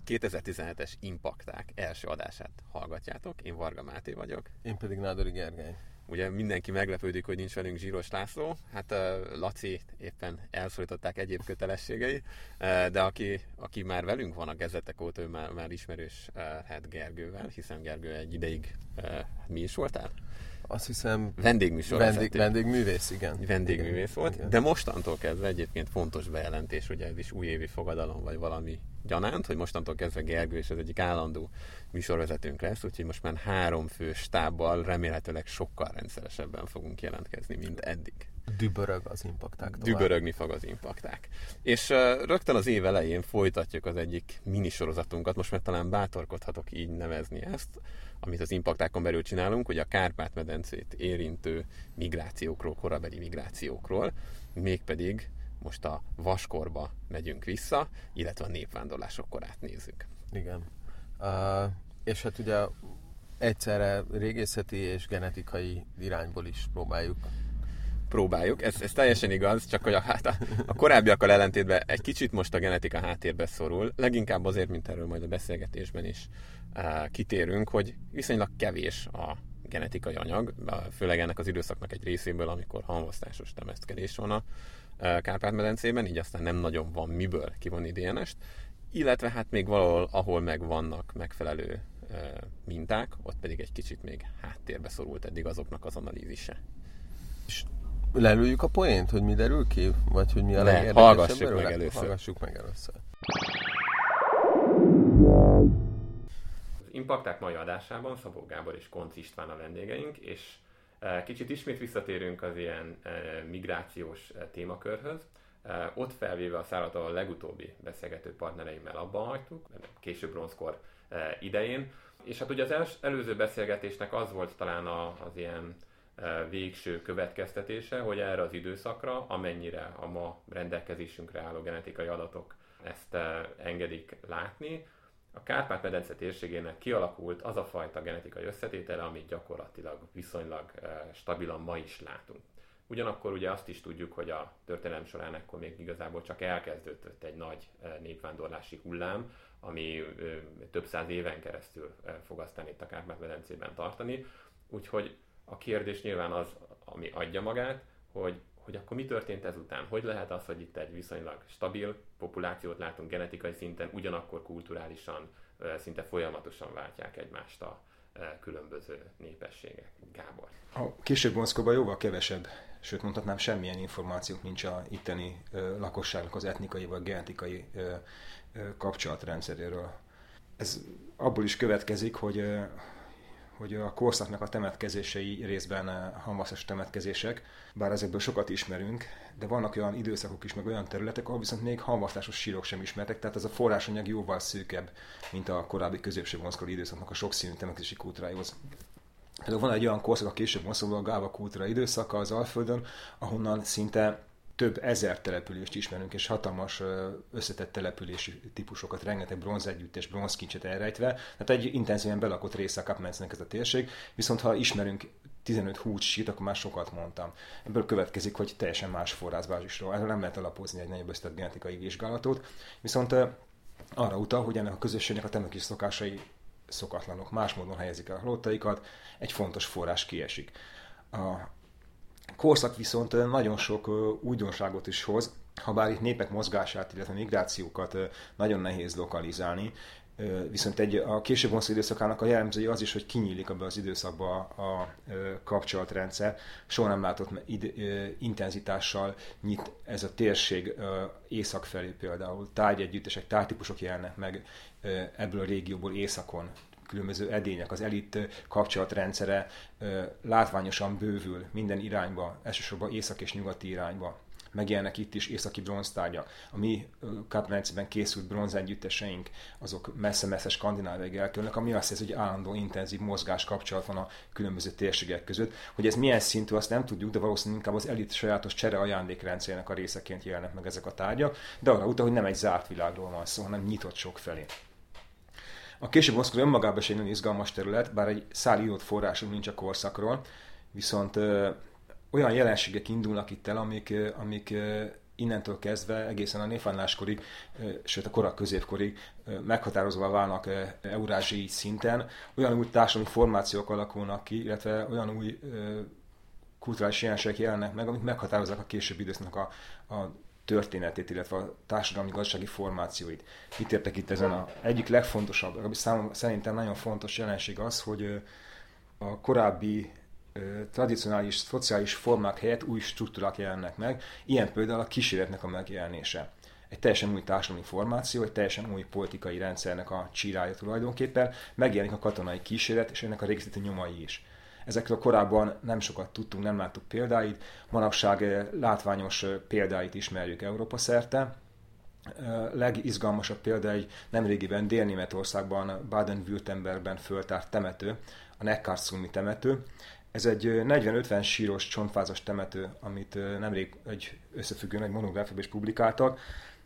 2017-es Impakták első adását hallgatjátok. Én Varga Máté vagyok. Én pedig Nádori Gergely. Ugye mindenki meglepődik, hogy nincs velünk Zsíros László. Hát Laci éppen elszorították egyéb kötelességei, de aki már velünk van a kezdetek óta, ő már ismerős Gergővel, hiszen Gergő egy ideig mi is voltál? Azt hiszem vendégművész, igen. Vendégművész volt, igen. De mostantól kezdve egyébként fontos bejelentés, ugye ez is újévi fogadalom, vagy valami gyanánt, hogy mostantól kezdve Gergő és az egyik állandó műsorvezetőnk lesz, úgyhogy most már 3 fő stábbal remélhetőleg sokkal rendszeresebben fogunk jelentkezni, mint eddig. Dübörög az Impakták tovább. Dübörögni fog az Impakták. És rögtön az év elején folytatjuk az egyik minisorozatunkat, most már talán bátorkodhatok így nevezni ezt, amit az Impaktákon belül csinálunk, ugye a Kárpát-medencét érintő migrációkról, korabeli migrációkról, mégpedig most a vaskorba megyünk vissza, illetve a népvándorlások korát nézzük. Igen. És hát ugye egyszerre régészeti és genetikai irányból is próbáljuk. Ez teljesen igaz, csak hogy a korábbiakkal ellentétben egy kicsit most a genetika háttérbe szorul, leginkább azért, mint erről majd a beszélgetésben is kitérünk, hogy viszonylag kevés a genetikai anyag, főleg ennek az időszaknak egy részéből, amikor hamvasztásos temetkezés van a Kárpát-medencében, így aztán nem nagyon van miből kivonni DNS-t, illetve hát még valahol, ahol meg vannak megfelelő minták, ott pedig egy kicsit még háttérbe szorult eddig azoknak az analízise. És lelőjük a poént, hogy mi derül ki? Vagy hogy mi a legérdekesebb? Hallgassuk meg először. Az Impakták mai adásában Szabó Gábor és Koncz István a vendégeink, és kicsit ismét visszatérünk az ilyen migrációs témakörhöz. Ott felvéve a szálat, a legutóbbi beszélgető partnereimmel abban hagytuk, késő bronzkor idején. És hát ugye az előző beszélgetésnek az volt talán az ilyen végső következtetése, hogy erre az időszakra, amennyire a ma rendelkezésünkre álló genetikai adatok ezt engedik látni, a Kárpát-medence térségének kialakult az a fajta genetikai összetétele, amit gyakorlatilag viszonylag stabilan ma is látunk. Ugyanakkor ugye azt is tudjuk, hogy a történelem során ekkor még igazából csak elkezdődött egy nagy népvándorlási hullám, ami több száz éven keresztül fog aztán itt a Kárpát-medencében tartani. Úgyhogy a kérdés nyilván az, ami adja magát, hogy akkor mi történt ezután? Hogy lehet az, hogy itt egy viszonylag stabil populációt látunk genetikai szinten, ugyanakkor kulturálisan szinte folyamatosan váltják egymást a különböző népességek? Gábor. A később bronzkorban jóval kevesebb, sőt mondhatnám semmilyen információk nincs a itteni lakosságnak az etnikai vagy genetikai kapcsolatrendszeréről. Ez abból is következik, hogy a korszaknak a temetkezései részben hamvasztásos temetkezések, bár ezekből sokat ismerünk, de vannak olyan időszakok is, meg olyan területek, ahol viszont még hamvasztásos sírok sem ismertek, tehát ez a forrásanyag jóval szűkebb, mint a korábbi középső bronzkori időszaknak a sokszínű temetkezési kultúrájához. Például van egy olyan korszak a később bronzkorban, a Gáva kultúra időszaka az Alföldön, ahonnan szinte több ezer települést ismerünk, és hatalmas összetett települési típusokat, rengeteg bronzegyüttes, bronzkincset elrejtve. Tehát egy intenzíven belakott része a Kárpát-medencének ez a térség, viszont ha ismerünk 15-20 sírt, akkor már sokat mondtam. Ebből következik, hogy teljesen más forrásbázisról. Erről nem lehet alapozni egy nagyobb összetett genetikai vizsgálatot, viszont arra utal, hogy ennek a közösségnek a temetkezési szokásai szokatlanok, más módon helyezik el a halottaikat, egy fontos forrás kiesik. A korszak viszont nagyon sok újdonságot is hoz, ha bár itt népek mozgását, illetve migrációkat nagyon nehéz lokalizálni, viszont a később bronzkori időszakának a jellemzője az is, hogy kinyílik abban az időszakban a kapcsolatrendszer. Soha nem látott intenzitással nyit ez a térség észak felé például. Tárgyegyüttesek, tárgytípusok jelennek meg ebből a régióból északon. Különböző edények, az elit kapcsolatrendszere látványosan bővül minden irányba, elsősorban észak és nyugati irányba. Megjelennek itt is északi bronztárgyak. A mi Kárpát-medencében készült bronzegyütteseink, azok messze-messze Skandináviáig elkülönnek, ami azt jelenti, hogy állandó intenzív mozgás kapcsolat van a különböző térségek között. Hogy ez milyen szintű, azt nem tudjuk, de valószínűleg inkább az elit sajátos csere ajándékrendszerének a részeként jelennek meg ezek a tárgyak, de arra utal, hogy nem egy zárt világról van szó, hanem nyitott sok felé. A később bronzkor önmagában is egy nagyon izgalmas terület, bár egy szál írott forrásunk nincs a korszakról, viszont olyan jelenségek indulnak itt el, amik innentől kezdve egészen a népvándorláskorig, sőt a korai középkorig meghatározóvá válnak eurázsiai szinten, olyan új társadalmi formációk alakulnak ki, illetve olyan új kulturális jelenségek jelennek meg, amik meghatározzák a későbbi időszaknak a történetét, illetve a társadalmi gazdasági formációit. Itt értek itt ezen a egyik legfontosabb, szerintem nagyon fontos jelenség az, hogy a korábbi tradicionális szociális formák helyett új struktúrák jelennek meg, ilyen például a kíséretnek a megjelenése. Egy teljesen új társadalmi formáció, egy teljesen új politikai rendszernek a csírája tulajdonképpen, megjelenik a katonai kíséret, és ennek a régészeti nyomai is. Ezekről korábban nem sokat tudtunk, nem láttuk példáit, manapság látványos példáit ismerjük Európa szerte. Legizgalmasabb példa egy nemrégiben Dél-Németországban, Baden-Württembergben föltárt temető, a Neckarsulmi temető. Ez egy 40-50 síros csontvázas temető, amit nemrég egy összefüggően egy monográfiában is publikáltak.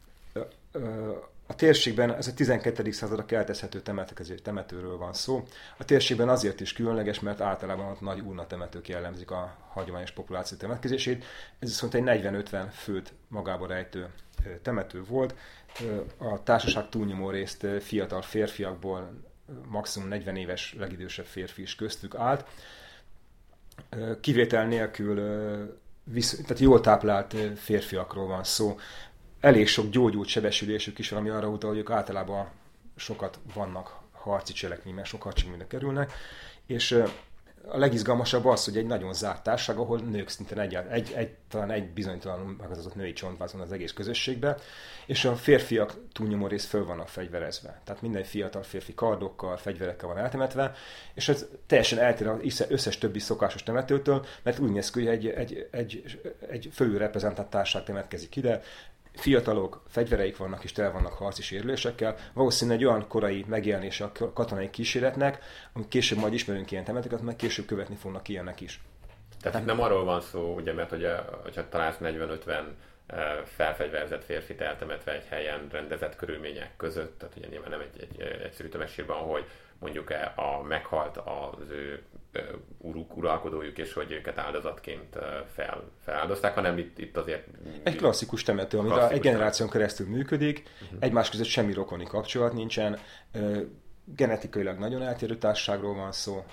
A térségben ez a 12. századra keltezhető temetőről van szó. A térségben azért is különleges, mert általában ott nagy urnatemetők jellemzik a hagyományos populáció temetkezését. Ez viszont egy 40-50 főt magába rejtő temető volt. A társaság túlnyomó részt fiatal férfiakból, maximum 40 éves legidősebb férfi is köztük állt. Kivétel nélkül tehát jól táplált férfiakról van szó. Elég sok gyógyult sebesülésük is van, ami arra utal, hogy ők általában sokat vannak harci cselekményben, sok hadseregbe kerülnek, és a legizgalmasabb az, hogy egy nagyon zárt társaság, ahol nők szinten talán egy bizonytalanul megadozott női csontváz van az egész közösségben, és a férfiak túlnyomó rész föl vannak fegyverezve. Tehát minden fiatal férfi kardokkal, fegyverekkel van eltemetve, és ez teljesen eltér az összes többi szokásos temetőtől, mert úgy néz ki, hogy egy fölül reprezentált társaság temetkezik ide, fiatalok, fegyvereik vannak és tele vannak harci sérülésekkel. Valószínűleg egy olyan korai megjelenése a katonai kíséretnek, amit később majd ismerünk ilyen temetőket, meg később követni fognak ilyenek is. Tehát nem arról van szó, ugye, mert hogyha találsz 40-50 felfegyverzett férfit eltemetve egy helyen rendezett körülmények között, tehát ugye nyilván nem egy egyszerű tömegsírban, hogy mondjuk a meghalt az ő uralkodójuk, és hogy őket áldozatként feláldozták, hanem itt azért... Egy klasszikus temető, amit egy generáción keresztül működik, egymás között semmi rokoni kapcsolat nincsen, genetikailag nagyon eltérő társaságról van szó,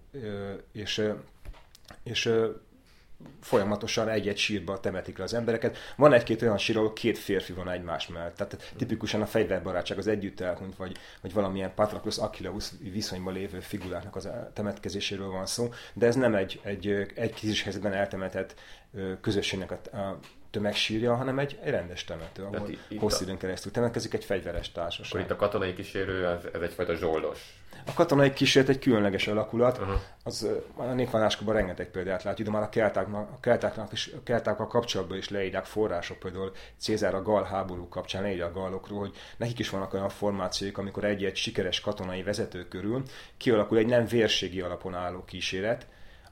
és folyamatosan egy-egy sírba temetik le az embereket. Van egy-két olyan sír, ahol két férfi van egymás mellett. Tehát tipikusan a fegyverbarátság az együtt elhunyt, vagy valamilyen Patroclus Achilleus viszonyban lévő figuráknak az temetkezéséről van szó, de ez nem egy krízis helyzetben eltemetett közösségnek a tömegsírja, hanem egy rendes temető, ahol hosszú időn keresztül temetkezik egy fegyveres társaság. Akkor itt a katonai kísérő, ez egyfajta zsoldos. A katonai kísérlet egy különleges alakulat, az a népvándorláskorban rengeteg példát látjuk, de már a keltákkal kapcsolatban is leírják források, például Cézár a gall háború kapcsán leírja a gallokról, hogy nekik is vannak olyan formációk, amikor egy-egy sikeres katonai vezető körül kialakul egy nem vérségi alapon álló kíséret,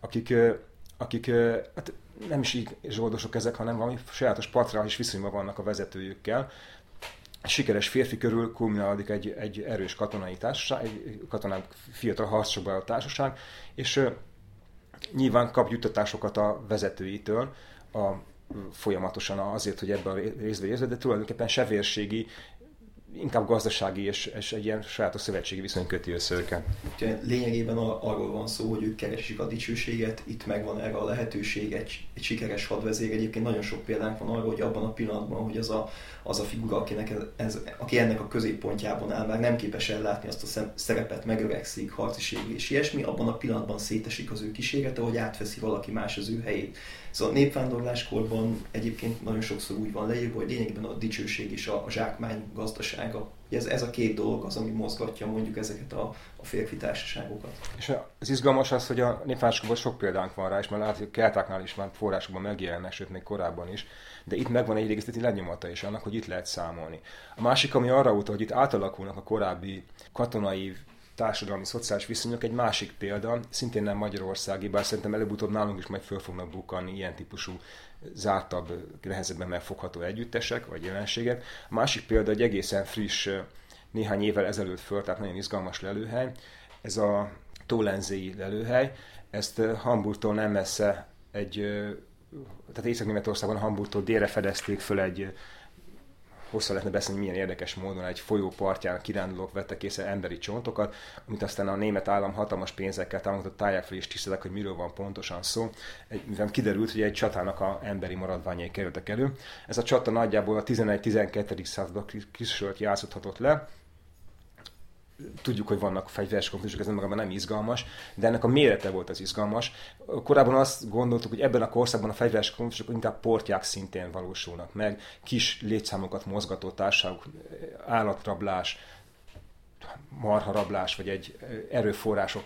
akik hát nem is így zsoldosok ezek, hanem valami sajátos patriarchális viszonyban vannak a vezetőjükkel. Sikeres férfi körül kulminálódik egy erős katonai társaság, egy katonák fiatal harcosokba a társaság, és nyilván kap juttatásokat a vezetőitől, folyamatosan azért, hogy ebben a részben részben, de tulajdonképpen se vérségi, inkább gazdasági és egy ilyen sajátos szövetségi viszony köti össze őket. Lényegében arról van szó, hogy ők keresik a dicsőséget, itt megvan erre a lehetőség, egy sikeres hadvezér. Egyébként nagyon sok példánk van arról, hogy abban a pillanatban, hogy az a figura, aki ennek a középpontjában áll, már nem képes ellátni azt a szerepet, megöregszik, harci és ilyesmi, abban a pillanatban szétesik az ő kísérete, hogy átveszi valaki más az ő helyét. Szóval a népvándorláskorban egyébként nagyon sokszor úgy van leírva, hogy lényegében a dicsőség és a zsákmány gazdasága. Ez a két dolog az, ami mozgatja mondjuk ezeket a férfi társaságokat. És az izgalmas az, hogy a népvándorláskorban sok példánk van rá, és már látjuk, keltáknál is már forrásokban megjelennek, sőt még korábban is, de itt megvan egy régészeti lenyomata is annak, hogy itt lehet számolni. A másik, ami arra utal, hogy itt átalakulnak a korábbi katonai társadalmi, szociális viszonyok, egy másik példa, szintén nem magyarországi, bár szerintem előbb-utóbb nálunk is majd föl fognak bukkanni ilyen típusú zártabb, nehezebben megfogható együttesek vagy jelenségek. A másik példa egy egészen friss, néhány évvel ezelőtt föltárt nagyon izgalmas lelőhely, ez a Tolenzei lelőhely. Ezt Hamburgtól nem messze egy tehát Észak-Németországban Hamburgtól délre fedezték föl egy, hosszan lehetne beszélni, milyen érdekes módon egy folyó partján kirándulók vettek észre emberi csontokat, amit aztán a német állam hatalmas pénzekkel támogatott tájják fel és tisztelek, hogy miről van pontosan szó. Mivel kiderült, hogy egy csatának a emberi maradványai kerültek elő. Ez a csata nagyjából a 11-12. században Krisztus játszódhatott le. Tudjuk, hogy vannak fegyveres konfliktusok, ez magában nem izgalmas, de ennek a mérete volt az izgalmas. Korábban azt gondoltuk, hogy ebben a korszakban a fegyveres konfliktusok inkább portyák szintén valósulnak meg, kis létszámokat mozgató társaságok, állatrablás, marharablás, vagy egy erőforrások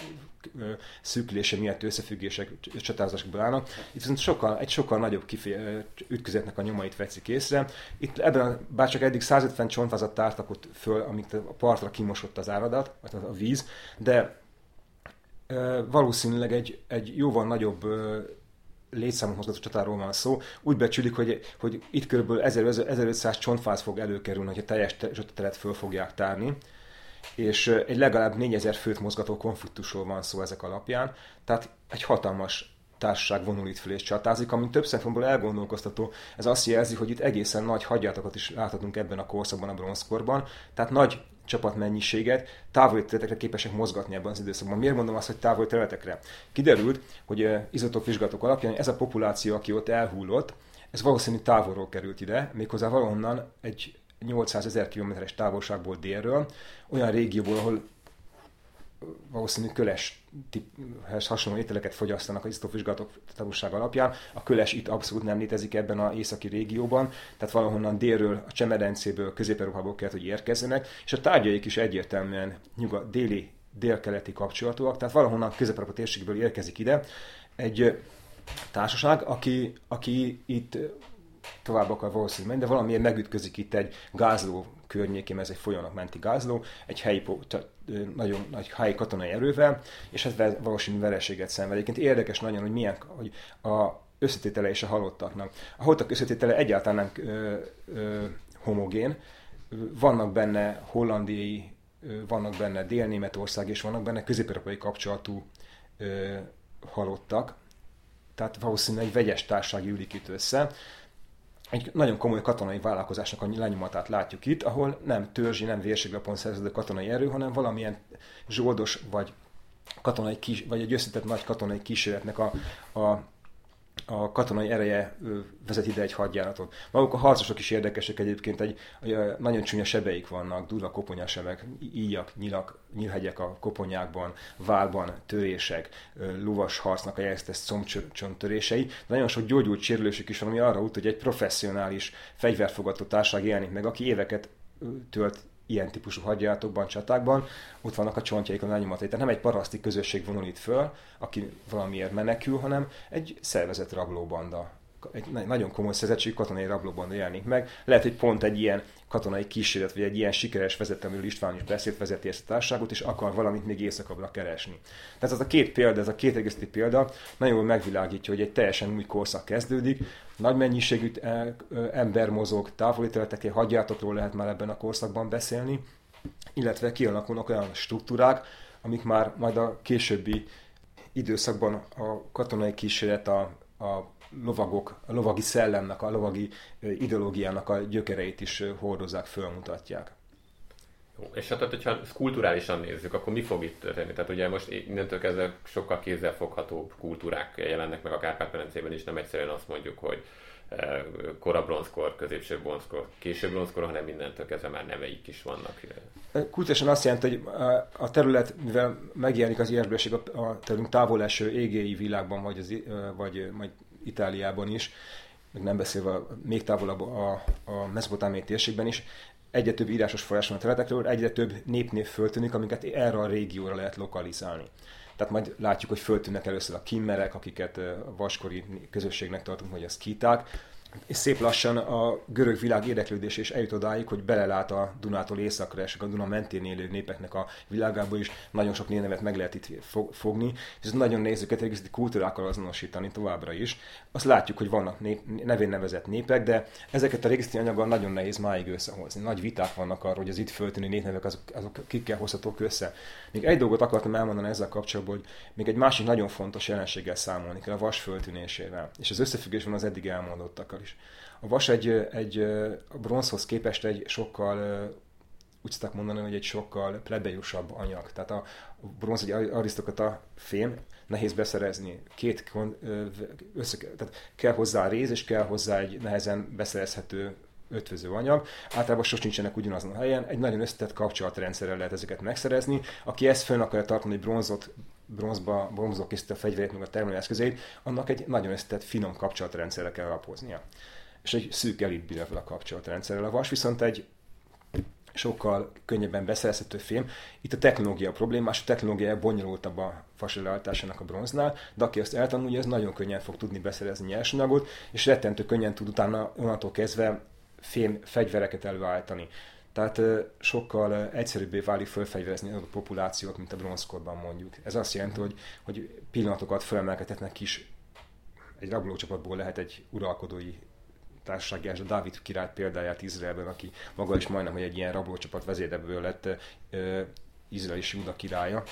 szűkülése miatt összefüggések, csatázásokból állnak. Itt viszont egy sokkal nagyobb ütközetnek a nyomait veszik észre. Itt bár csak eddig 150 csontvázat tártak ott föl, amit a partra kimosott az áradat, vagy a víz, de valószínűleg egy jóval nagyobb létszámot mozgató csatáról van szó. Úgy becsülik, hogy itt kb. 1500 csontváz fog előkerülni, hogy a teljes csatateret föl fogják tárni, és egy legalább 4000 főt mozgató konfliktusról van szó ezek alapján, tehát egy hatalmas társaság vonul itt föl és csatázik, ami több szempontból elgondolkoztató. Ez azt jelzi, hogy itt egészen nagy hadjáratokat is láthatunk ebben a korszakban, a bronzkorban, tehát nagy csapatmennyiséget távoli területekre képesek mozgatni ebben az időszakban. Miért mondom azt, hogy távoli területekre? Kiderült, hogy izotóp vizsgálatok alapján ez a populáció, aki ott elhullott, ez valószínűleg távolról került ide, méghozzá valahonnan egy 800 000 kilométeres távolságból délről, olyan régióból, ahol valószínűleg köleshez hasonló ételeket fogyasztanak az izotópvizsgálatok tanulság alapján. A köles itt abszolút nem létezik ebben az északi régióban, tehát valahonnan délről, a Csemedencéből, Közép-Európából kellett, hogy érkezzenek, és a tárgyaik is egyértelműen dél-keleti kapcsolatúak, tehát valahonnan Közép-Európa térségből érkezik ide egy társaság, aki itt tovább akar valószínűleg menni, de valamiért megütközik itt egy gázló környékén, ez egy folyónak menti gázló, egy nagyon nagy helyi katonai erővel, és ez valószínűleg vereséget szenved. Egyébként érdekes nagyon, hogy a összetétele és a halottaknak. A halottak összetétele egyáltalán nem homogén. Vannak benne hollandiai, vannak benne Dél-Németország, és vannak benne közép-európai kapcsolatú halottak. Tehát valószínűleg egy vegyes társaság gyűlik itt össze. Egy nagyon komoly katonai vállalkozásnak a lenyomatát látjuk itt, ahol nem törzsi, nem vérséglapon szerződő katonai erő, hanem valamilyen zsoldos vagy egy összetett nagy katonai kísérletnek a katonai ereje vezet ide egy hadjáratot. Maguk a harcosok is érdekesek egyébként, nagyon csúnya sebeik vannak, durva koponyasebek, íjak, nyílhegyek a koponyákban, válban törések, lovas harcnak a jelztes combcsontörései. Nagyon sok gyógyult sérülésük is van, ami arra út, hogy egy professzionális fegyverfogató társaság jelenik meg, aki éveket tölt ilyen típusú hadjáratokban, csatákban, ott vannak a csontjaikon a lenyomatai. Tehát nem egy paraszti közösség vonul itt föl, aki valamiért menekül, hanem egy szervezett rablóbanda. Egy nagyon komoly szerzettségű katonai rablóbanda jelenik meg. Lehet, hogy pont egy ilyen katonai kísérlet, vagy egy ilyen sikeres vezető, amiről István is beszélt, vezeti ezt a társaságot, és akar valamit még északabbra keresni. Tehát ez a két példa, ez a két egészíti példa nagyon jól megvilágítja, hogy egy teljesen új korszak kezdődik, nagy mennyiségű ember mozog, távoli területeken, hadjáratokról lehet már ebben a korszakban beszélni, illetve kialakulnak olyan struktúrák, amik már majd a későbbi időszakban a katonai kísérlet, a lovagok, a lovagi szellemnek, a lovagi ideológiának a gyökereit is hordozzák, fölmutatják. Jó, és hát, hogyha kulturálisan nézzük, akkor mi fog itt történni? Tehát ugye most innentől kezdve sokkal kézzelfoghatóbb kultúrák jelennek meg a Kárpát-medencében is, nem egyszerűen azt mondjuk, hogy kora bronzkor, középső bronzkor, késő bronzkor, hanem mindentől kezdve már neveik is vannak. Kulturálisan azt jelenti, hogy a terület, mivel megjelenik az írásbélség a terünk távol eső égéi világban, vagy Itáliában is, meg nem beszélve még távolabb a mezopotámiai térségben is, egyre több írásos forrás van a területekről, egyre több népnév föltűnik, amiket erre a régióra lehet lokalizálni. Tehát majd látjuk, hogy föltűnnek először a kimmerek, akiket a vaskori közösségnek tartunk, hogy a szkíták. és szép lassan a görög világ érdeklődése is eljut odáig, hogy belelát a Dunától északra esik a Duna mentén élő népeknek a világából is. Nagyon sok névnevet meg lehet itt fogni, és ez nagyon nehéz őket régészeti kultúrákkal azonosítani továbbra is. Azt látjuk, hogy vannak nevén nevezett népek, de ezeket a régészeti anyaggal nagyon nehéz máig összehozni. Nagy viták vannak arról, hogy az itt föltűnő névnevek azok kikkel hozhatók össze. Még egy dolgot akartam elmondani ezzel kapcsolatban, hogy még egy másik nagyon fontos jelenséggel számolni kell, a vas föltűnésével. És az összefüggés van az eddig elmondottakkal is. A vas a bronzhoz képest egy sokkal, úgy szokták mondani, hogy egy sokkal plebejusabb anyag. Tehát a bronz egy arisztokrata fém, nehéz beszerezni. Tehát kell hozzá a réz, és kell hozzá egy nehezen beszerezhető ötvöző anyag. Általában sosem nincsenek ugyanazon a helyen. Egy nagyon összetett kapcsolatrendszerrel lehet ezeket megszerezni. Aki ezt fönn akarja tartani, hogy bronzból készített a fegyverét, meg a termelőeszközeit, annak egy nagyon összetett, finom kapcsolatrendszerre kell alapoznia. És egy szűk elit bírja fel a kapcsolatrendszerrel. A vas viszont egy sokkal könnyebben beszerezhető fém. Itt a technológia problémás, a technológia bonyolultabb a vas előállításának a bronznál, de aki ezt eltanulja, ez nagyon könnyen fog tudni beszerezni nyersanyagot, és rettentő könnyen tud utána onnantól kezdve fém fegyvereket előállítani. Tehát sokkal egyszerűbbé válik fölfegyverezni a populációt, mint a bronzkorban mondjuk. Ez azt jelenti, hogy pillanatokat felemelkedhetnek is. Egy rablócsapatból lehet egy uralkodói társasági, a Dávid király példáját Izraelben, aki maga is majdnem, hogy egy ilyen rablócsapat vezéreből lett Izrael és Júda királya.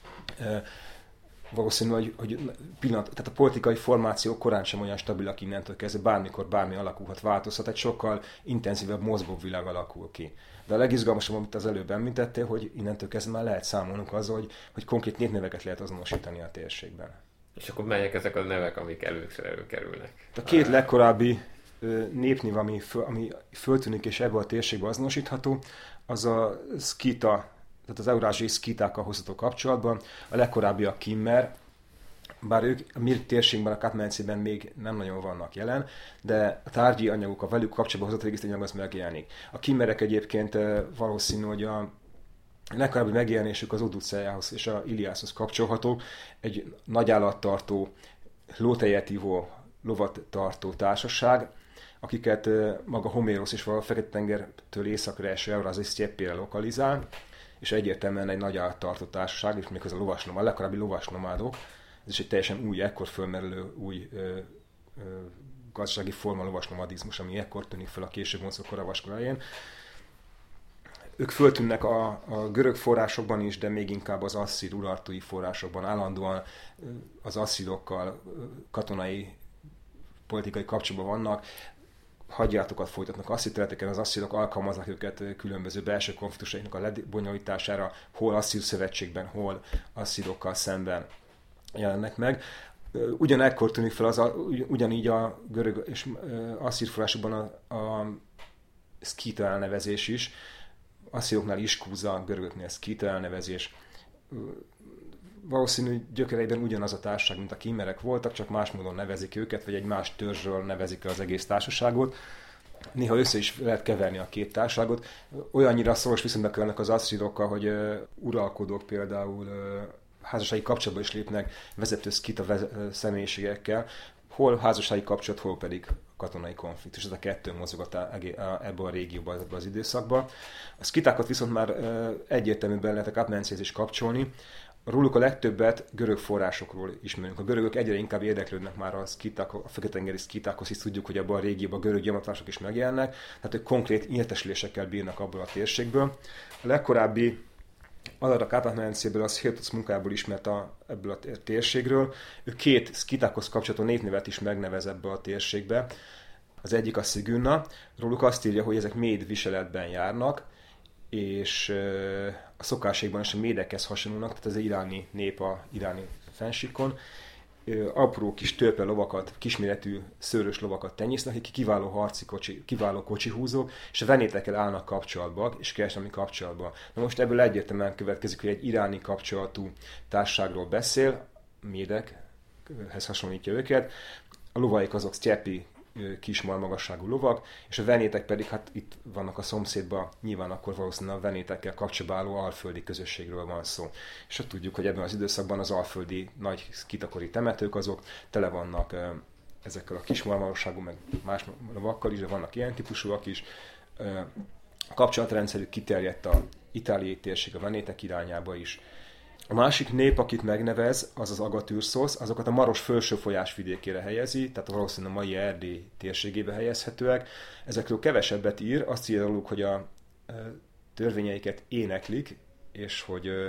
Valószínű, hogy tehát a politikai formáció korán sem olyan stabilak innentől kezdve, bármikor bármi alakulhat, változhat, egy sokkal intenzívebb, mozgóbb világ alakul ki. De a legizgalmasabb, amit az előbb említettél, hogy innentől kezdve már lehet számolnunk azzal, hogy konkrét névneveket lehet azonosítani a térségben. És akkor melyek ezek a nevek, amik először előkerülnek? A két legkorábbi népnév, ami föltűnik és ebbe a térségbe azonosítható, az a szkíta, tehát az eurázsiai szkítákkal hozható kapcsolatban. A legkorábbi a kimmer, bár ők a mi térségben, a Kárpát-medencében még nem nagyon vannak jelen, de a tárgyi anyagok, a velük kapcsolatban hozott régészeti anyag az megjelenik. A kimmerek egyébként valószínű, hogy a legkorábbi megjelenésük az Odüsszejához és a Iliászhoz kapcsolható. Egy nagy állattartó, lótejet ivó, lovat tartó társaság, akiket maga Homérosz és a Fekete-tengertől északra eső Eurázsiai sztyeppére lokalizál, és egyértelműen egy nagy állattartó társaság, és még az a lovasnomádok, a legkorábbi lovasnomádok, ez is egy teljesen új, ekkor fölmerülő új gazdasági forma lovasnomadizmus, ami ekkor tűnik fel a később bronzkor a vaskor elején. Ők föltűnnek a görög forrásokban is, de még inkább az asszír urartói forrásokban. Állandóan az asszírokkal katonai, politikai kapcsolatban vannak, hadjáratokat folytatnak asszír területeken, az asszírok alkalmazzák őket különböző belső konfliktusainak a lebonyolítására, hol asszír szövetségben, hol asszírokkal szemben jelennek meg. Ugyanekkor tűnik fel ugyanígy a görög és asszír forrásokban a szkíta elnevezés is. Asszíroknál iskúza, görögöknél szkíta elnevezés. Valószínű gyökereiben ugyanaz a társaság, mint a kimmerek voltak, csak más módon nevezik őket, vagy egy más törzsről nevezik el az egész társaságot. Néha össze is lehet keverni a két társaságot. Olyannyira szoros viszonyban kerülnek az asszírokkal, hogy uralkodók például házassági kapcsolatba is lépnek vezető szkíta személyiségekkel, hol házassági kapcsolat, hol pedig katonai konfliktus. Ez a kettő mozog ebben a régióban, ebben az időszakban. A szkitákat viszont már egyértelműen lehet a Kárpát-medencéhez is kapcsolni. Róluk a legtöbbet görög forrásokról ismerünk. A görögök egyre inkább érdeklődnek már a fekete-tengeri szkitákhoz, hisz tudjuk, hogy abban a régióban görög gyarmatosok is megjelennek, tehát ők konkrét értesülésekkel bírnak abból a térségből. A legkorábbi adat a Kárpát-medencéből az Hirtusz munkából ismert ebből a térségről. Ő két szkitákhoz kapcsolódó névnevet is megnevez ebből a térségbe. Az egyik a Szigünna. Róluk azt írja, hogy ezek méd viseletben járnak, és a szokásségban is a médekhez hasonlulnak, tehát ez egy iráni nép a iráni fennsíkon. Apró kis törpe lovakat, kisméretű szőrös lovakat tenyésznek, akik kiváló harci kiváló kocsihúzók, és a venétekkel állnak kapcsolatba, és kereskedelmi kapcsolatba. Na most ebből egyértelműen következik, hogy egy iráni kapcsolatú társaságról beszél, médekhez hasonlítja őket. A lovaik azok sztyeppi kismar magasságú lovak, és a venétek pedig, hát itt vannak a szomszédban, nyilván akkor valószínűleg a venétekkel kapcsolatban álló alföldi közösségről van szó. És hát tudjuk, hogy ebben az időszakban az alföldi nagy szkitakori temetők azok tele vannak ezekkel a kismarmarosságú, meg más vakkal is, de vannak ilyen típusúak is. A kapcsolatrendszerük kiterjedt a itáliai térség, a venétek irányába is. A másik nép, akit megnevez, az az Agathyrsos, azokat a Maros felső folyásvidékére helyezi, tehát valószínűleg a mai Erdély térségébe helyezhetőek. Ezekről kevesebbet ír, azt írja róluk, hogy a törvényeiket éneklik, és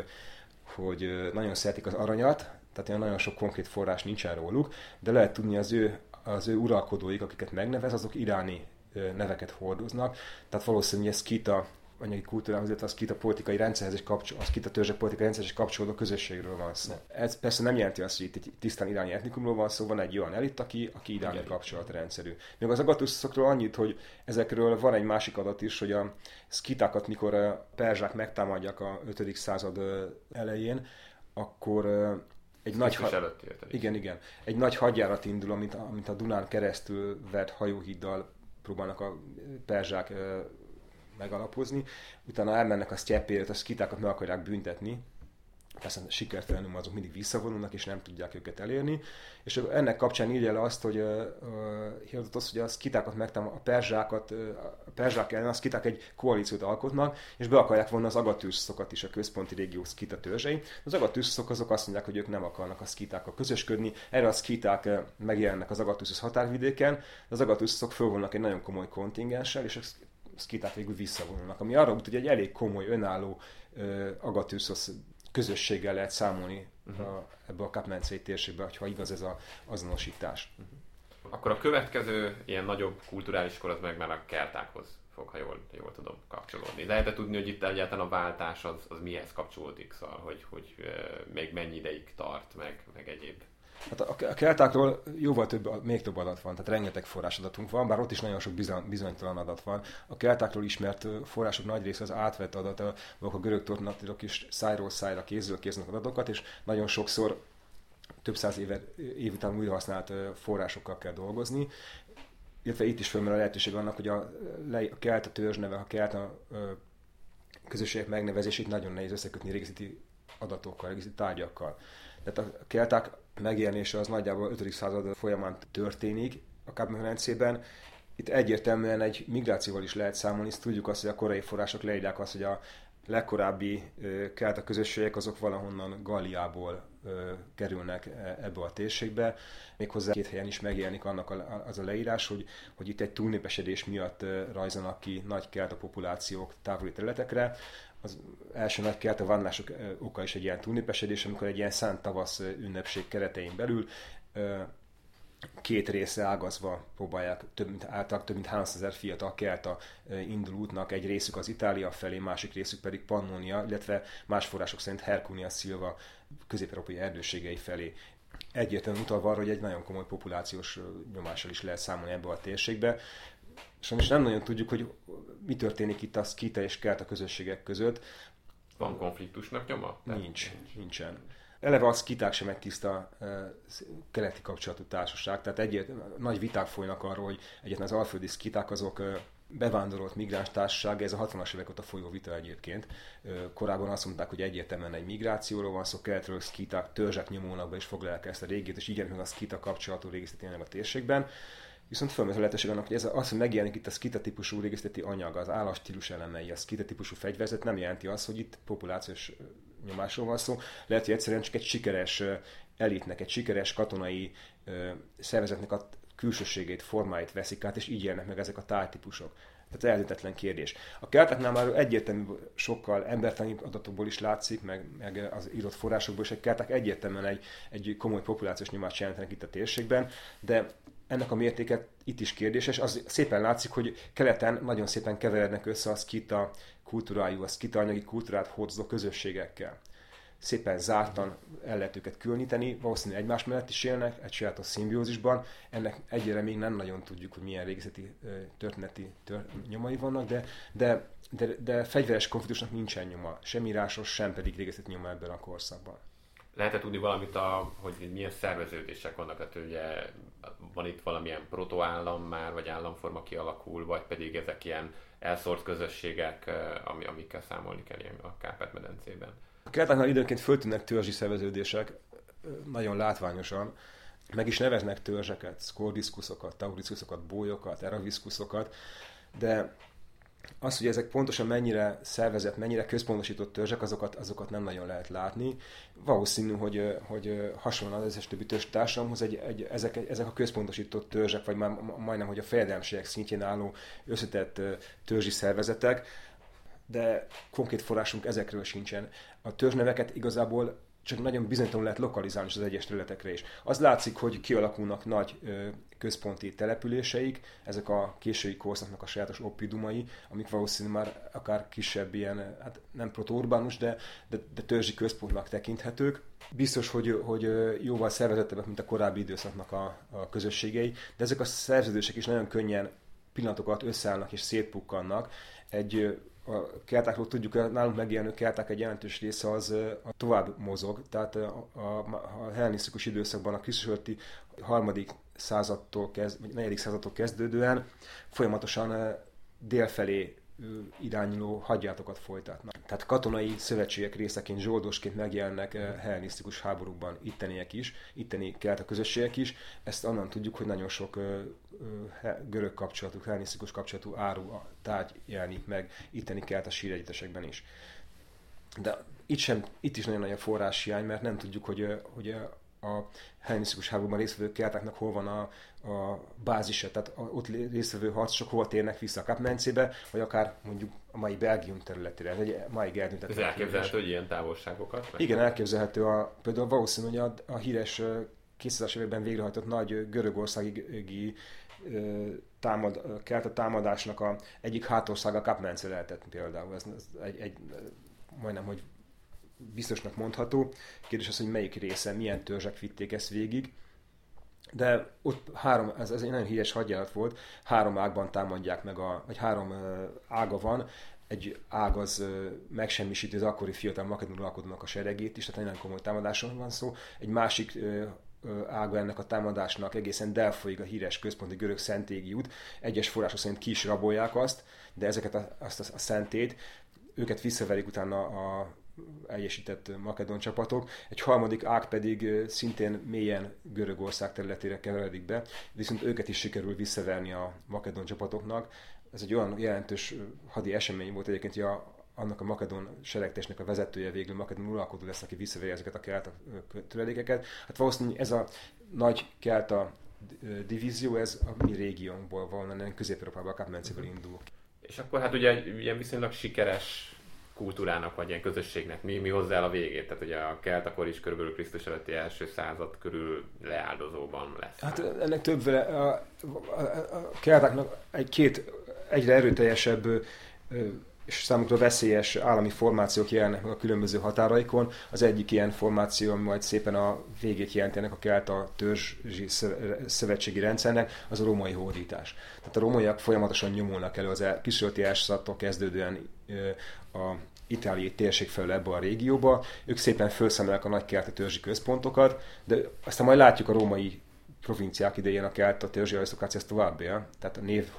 hogy nagyon szeretik az aranyat, tehát ilyen nagyon sok konkrét forrás nincsen róluk, de lehet tudni az ő uralkodóik, akiket megnevez, azok iráni neveket hordoznak, tehát valószínűleg ez szkíta anyagi kultúrához, illetve a szkíta politikai rendszerhez és a szkíta törzsek politikai rendszerhez kapcsolódó közösségről van szó. Ez persze nem jelenti azt, hogy itt egy tisztán iráni etnikumról van szó, van egy olyan elit, aki iráni kapcsolatrendszerű. Még az Agathyrszokról annyit, hogy ezekről van egy másik adat is, hogy a szkítákat, mikor a perzsák megtámadják a 5. század elején, akkor egy nagy hadjárat indul, amit a Dunán keresztül vett hajóhíddal próbálnak a perzsák megalapozni. Utána elmennek a sztyeppére, a szkitákat meg akarják büntetni. Persze sikertelenül azok mindig visszavonulnak, és nem tudják őket elérni. És ennek kapcsán írja le azt, hogy Herodotosz, hogy a szkitákat a perzsák ellen a szkiták egy koalíciót alkotnak, és be akarják vonni az Agathyrsokat is, a központi régió szkita törzsei. Az Agathyrszok azok azt mondják, hogy ők nem akarnak a szkitákkal közösködni. Erre a szkiták megjelennek az Agathyrsos határvidéken, az Agathyrszok fölvonnak egy nagyon komoly kontingenssel, és a szkiták végül visszavonulnak. Ami arra mutat, hogy egy elég komoly, önálló Agathyrsos közösséggel lehet számolni ebbe a Kap-mencei térségbe, ha igaz ez az azonosítás. Akkor a következő ilyen nagyobb kulturális kor az meg már a keltákhoz fog, ha jól tudom, kapcsolódni. Lehet tudni, hogy itt egyáltalán a váltás az mihez kapcsolódik, szóval, hogy még mennyi ideig tart, meg egyéb. Hát a keltákról jóval még több adat van, tehát rengeteg forrásadatunk van, bár ott is nagyon sok bizonytalan adat van. A keltákról ismert források nagy része az átvett adat, a görög tornatírok is szájról szájra, kézről kéznek adatokat, és nagyon sokszor több száz év után újra használt forrásokkal kell dolgozni. Illetve itt is fölmerül a lehetőség annak, hogy a kelta törzsneve, a kelta közösségek megnevezését nagyon nehéz összekötni régészeti adatokkal, régészeti tárgyakkal. Tehát a kelták megjelenése az nagyjából 5. század folyamán történik a Kap-mencében. Itt egyértelműen egy migrációval is lehet számolni, ezt tudjuk azt, hogy a korai források leírják azt, hogy a legkorábbi kelta közösségek azok valahonnan Galliából kerülnek ebbe a térségbe. Méghozzá 2 helyen is megjelenik annak az a leírás, hogy itt egy túlnépesedés miatt rajzanak ki nagy kelta populációk távoli területekre. Az első nagy kelta vándorlások oka is egy ilyen túlnépesedés, amikor egy ilyen szánt tavasz ünnepség keretein belül 2 részre ágazva próbálják több mint 300 000 fiatal kelta indul útnak, egy részük az Itália felé, másik részük pedig Pannonia, illetve más források szerint Hercunia Silva közép-európai erdőségei felé. Egyértelműen utalva arra, hogy egy nagyon komoly populációs nyomással is lehet számolni ebbe a térségbe. Sajnos nem nagyon tudjuk, hogy mi történik itt a szkíta és kelta közösségek között. Van konfliktusnak nyoma? Nincsen. Eleve a szkíták sem egy tiszta keleti kapcsolatú társaság, tehát nagy viták folynak arról, hogy egyetlen az alföldi szkíták azok bevándorolt migráns társaság, ez a 60-as évek óta folyó vita egyébként. Korábban azt mondták, hogy egyértelműen egy migrációról van szó, keletről szkíták törzsek nyomónak be is foglalják ezt a régiót, és így meg a szkíta kapcsolatú régészeti anyag a térségben. Viszont fölmerül a lehetőség annak, hogy hogy megjelenik itt a szkíta típusú régészeti anyag, az állatstílus elemei, a szkíta típusú fegyverzet nem jelenti azt, hogy itt populációs nyomásról van szó. Lehet, hogy egyszerűen csak egy sikeres elitnek, egy sikeres katonai szervezetnek a külsőségét, formáit veszik át, és így jelennek meg ezek a tájtípusok. Tehát eldöntetlen kérdés. A keltáknál már egyértelmű, sokkal embertani adatokból is látszik, meg az írott forrásokból is, hogy kelták egyértelműen egy komoly populációs nyomást jelentenek itt a térségben, de ennek a mértéke itt is kérdéses. Az szépen látszik, hogy keleten nagyon szépen keverednek össze a szkíta kultúrájú, a szkíta anyagi kultúrát hordozó közösségekkel. Szépen zártan el lehet őket különíteni, valószínűleg egymás mellett is élnek, egy sajátos szimbiózisban. Ennek egyre még nem nagyon tudjuk, hogy milyen régészeti történeti nyomai vannak, de fegyveres konfliktusnak nincsen nyoma, sem írásos, sem pedig régészeti nyoma ebben a korszakban. Lehet-e tudni valamit, hogy milyen szerveződések vannak? Hát ugye van itt valamilyen protoállam már, vagy államforma kialakul, vagy pedig ezek ilyen elszórt közösségek, amikkel számolni kell ilyen a Kárpát-medencében? A keltáknál időnként föltűnnek törzsi szerveződések, nagyon látványosan. meg is neveznek törzseket, Scordiszkuszokat, Tauriszkuszokat, Bólyokat, Eraviszkuszokat, de az, hogy ezek pontosan mennyire szervezett, mennyire központosított törzsek, azokat nem nagyon lehet látni. Valószínű, hogy hasonlóan az összes többi társadalomhoz ezek a központosított törzsek, vagy már majdnem, hogy a fejedelmségek szintjén álló összetett törzsi szervezetek, de konkrét forrásunk ezekről sincsen. A törzsneveket igazából csak nagyon bizonytalanul lehet lokalizálni az egyes területekre is. Az látszik, hogy kialakulnak nagy központi településeik, ezek a késői korszaknak a sajátos oppidumai, amik valószínűleg már akár kisebb ilyen, hát nem protourbánus, de törzsi központnak tekinthetők. Biztos, hogy jóval szervezettebbek, mint a korábbi időszaknak a közösségei, de ezek a szerződések is nagyon könnyen pillanatokat összeállnak és szétpukkannak. A keltákról tudjuk, hogy nálunk megjelenő kelták egy jelentős része az tovább mozog, tehát a hellenisztikus időszakban a Krisztus előtti 3. századtól vagy 4. századtól kezdődően folyamatosan délfelé irányuló hadjáratokat folytatnak. Tehát katonai szövetségek részeként, zsoldosként megjelennek hellenisztikus háborúkban itteniek is, itteni kelta közösségek is. Ezt onnan tudjuk, hogy nagyon sok görög kapcsolatú, hellenisztikus kapcsolatú áru, tárgy jelenik meg itteni kelta síregyüttesekben is. De itt is nagyon nagy a forráshiány, mert nem tudjuk, hogy a hellenisztikus háborúban résztvevő keltáknak hol van a bázisa, tehát ott résztvevő harcosok hol térnek vissza a Kap-medencébe, vagy akár mondjuk a mai Belgium területére, vagy a mai Gerdő területére. Ez elképzelhető, hogy ilyen távolságokat? Igen, elképzelhető. Például valószínű, hogy a híres 200-as években végrehajtott nagy görögországi kelta támadásnak egyik hátországa a Kap-medence lehetett például. Ez egy majdnem, hogy biztosnak mondható. Kérdés az, hogy melyik része, milyen törzsek vitték ezt végig. De ott ez egy nagyon híres hadjárat volt, 3 ágban támadják meg, vagy 3 ága van. Egy ág az megsemmisíti az akkori fiatal makedón uralkodónak a seregét is, tehát nagyon komoly támadáson van szó. Egy másik ága ennek a támadásnak egészen Delfoig a híres központi görög szentégi út. Egyes források szerint ki is rabolják azt, de ezeket a szentét, őket visszaverik utána a egyesített makedón csapatok. Egy harmadik ág pedig szintén mélyen Görögország területére keveredik be, viszont őket is sikerül visszaverni a makedón csapatoknak. Ez egy olyan jelentős hadi esemény volt egyébként, hogy annak a makedón seregtestnek a vezetője végül makedón uralkodó lesz, aki visszaveri ezeket a kelta töredékeket. Hát valószínűleg ez a nagy kelta divízió, ez a mi régiónkból van, Közép-Európában, a Kap-medencéből indul. És akkor hát ugye ilyen viszonylag sikeres kultúrának, vagy ilyen közösségnek mi hozzá el a végét? Tehát ugye a kelt akkor is körülbelül Krisztus előtti első század körül leáldozóban lesz. Hát ennek többféle, a keltáknak egyre erőteljesebb és számukra veszélyes állami formációk jelennek meg a különböző határaikon. Az egyik ilyen formáció, ami majd szépen a végét jelenti ennek a kelta törzsi szövetségi rendszernek, az a római hódítás. Tehát a rómaiak folyamatosan nyomulnak elő az kísérleti első századtól kezdődően a itáliai térség felől ebbe a régióba. Ők szépen felszemelnek a nagy kelta törzsi központokat, de aztán majd látjuk a római provinciák idején a kelta törzsi arisztokrácia ezt tovább él. Tehát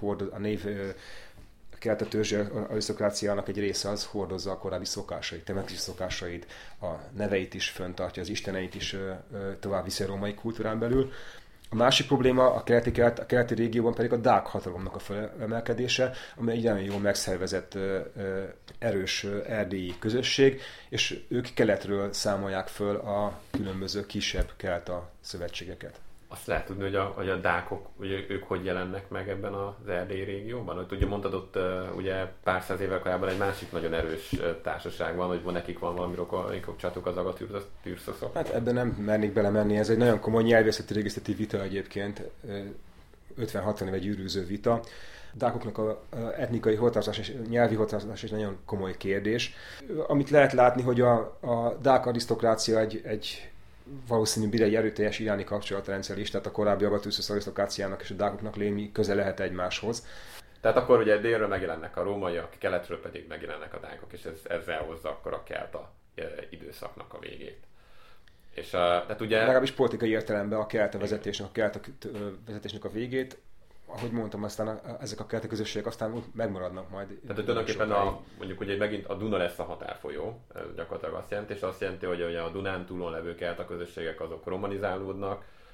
a kelta törzsi arisztokráciának egy része az hordozza a korábbi szokásait, temetési szokásait, a neveit is fenntartja, az isteneit is tovább viszi a római kultúrán belül. A másik probléma a keleti régióban pedig a dák hatalomnak a felemelkedése, ami egy nagyon jól megszervezett erős erdélyi közösség, és ők keletről számolják föl a különböző kisebb kelta szövetségeket. Azt lehet tudni, hogy a dákok, ugye ők hogy jelennek meg ebben az erdélyi régióban? Hogy ugye mondtad ott ugye pár száz évvel korábban egy másik nagyon erős társaság van, hogy nekik van valami rokoni kapcsolatuk az agatűrszoszok. Hát ebben nem mernék belemenni, ez egy nagyon komoly nyelvészeti régészeti vita egyébként, 50-60 éve gyűrűző vita. Dákoknak a etnikai hovatartozás és nyelvi hovatartozás egy nagyon komoly kérdés. Amit lehet látni, hogy a dák arisztokrácia egy valószínűleg egy erőteljes iráni kapcsolatrendszer is, tehát a korábbi agatűrszosz arisztokráciának és a dákoknak lémi köze lehet egymáshoz. Tehát akkor ugye délről megjelennek a rómaiak, keletről pedig megjelennek a dákok, és ezzel hozza akkor a kelta időszaknak a végét. És tehát ugye... Legalábbis politikai értelemben a kelta vezetésnek a végét, ahogy mondtam, aztán ezek a kelta közösségek aztán megmaradnak majd. Tehát tulajdonképpen mondjuk ugye megint a Duna lesz a határfolyó, ez gyakorlatilag azt jelenti, és azt jelenti, hogy a Dunán túlon levő kelta közösségek azok romanizálódnak,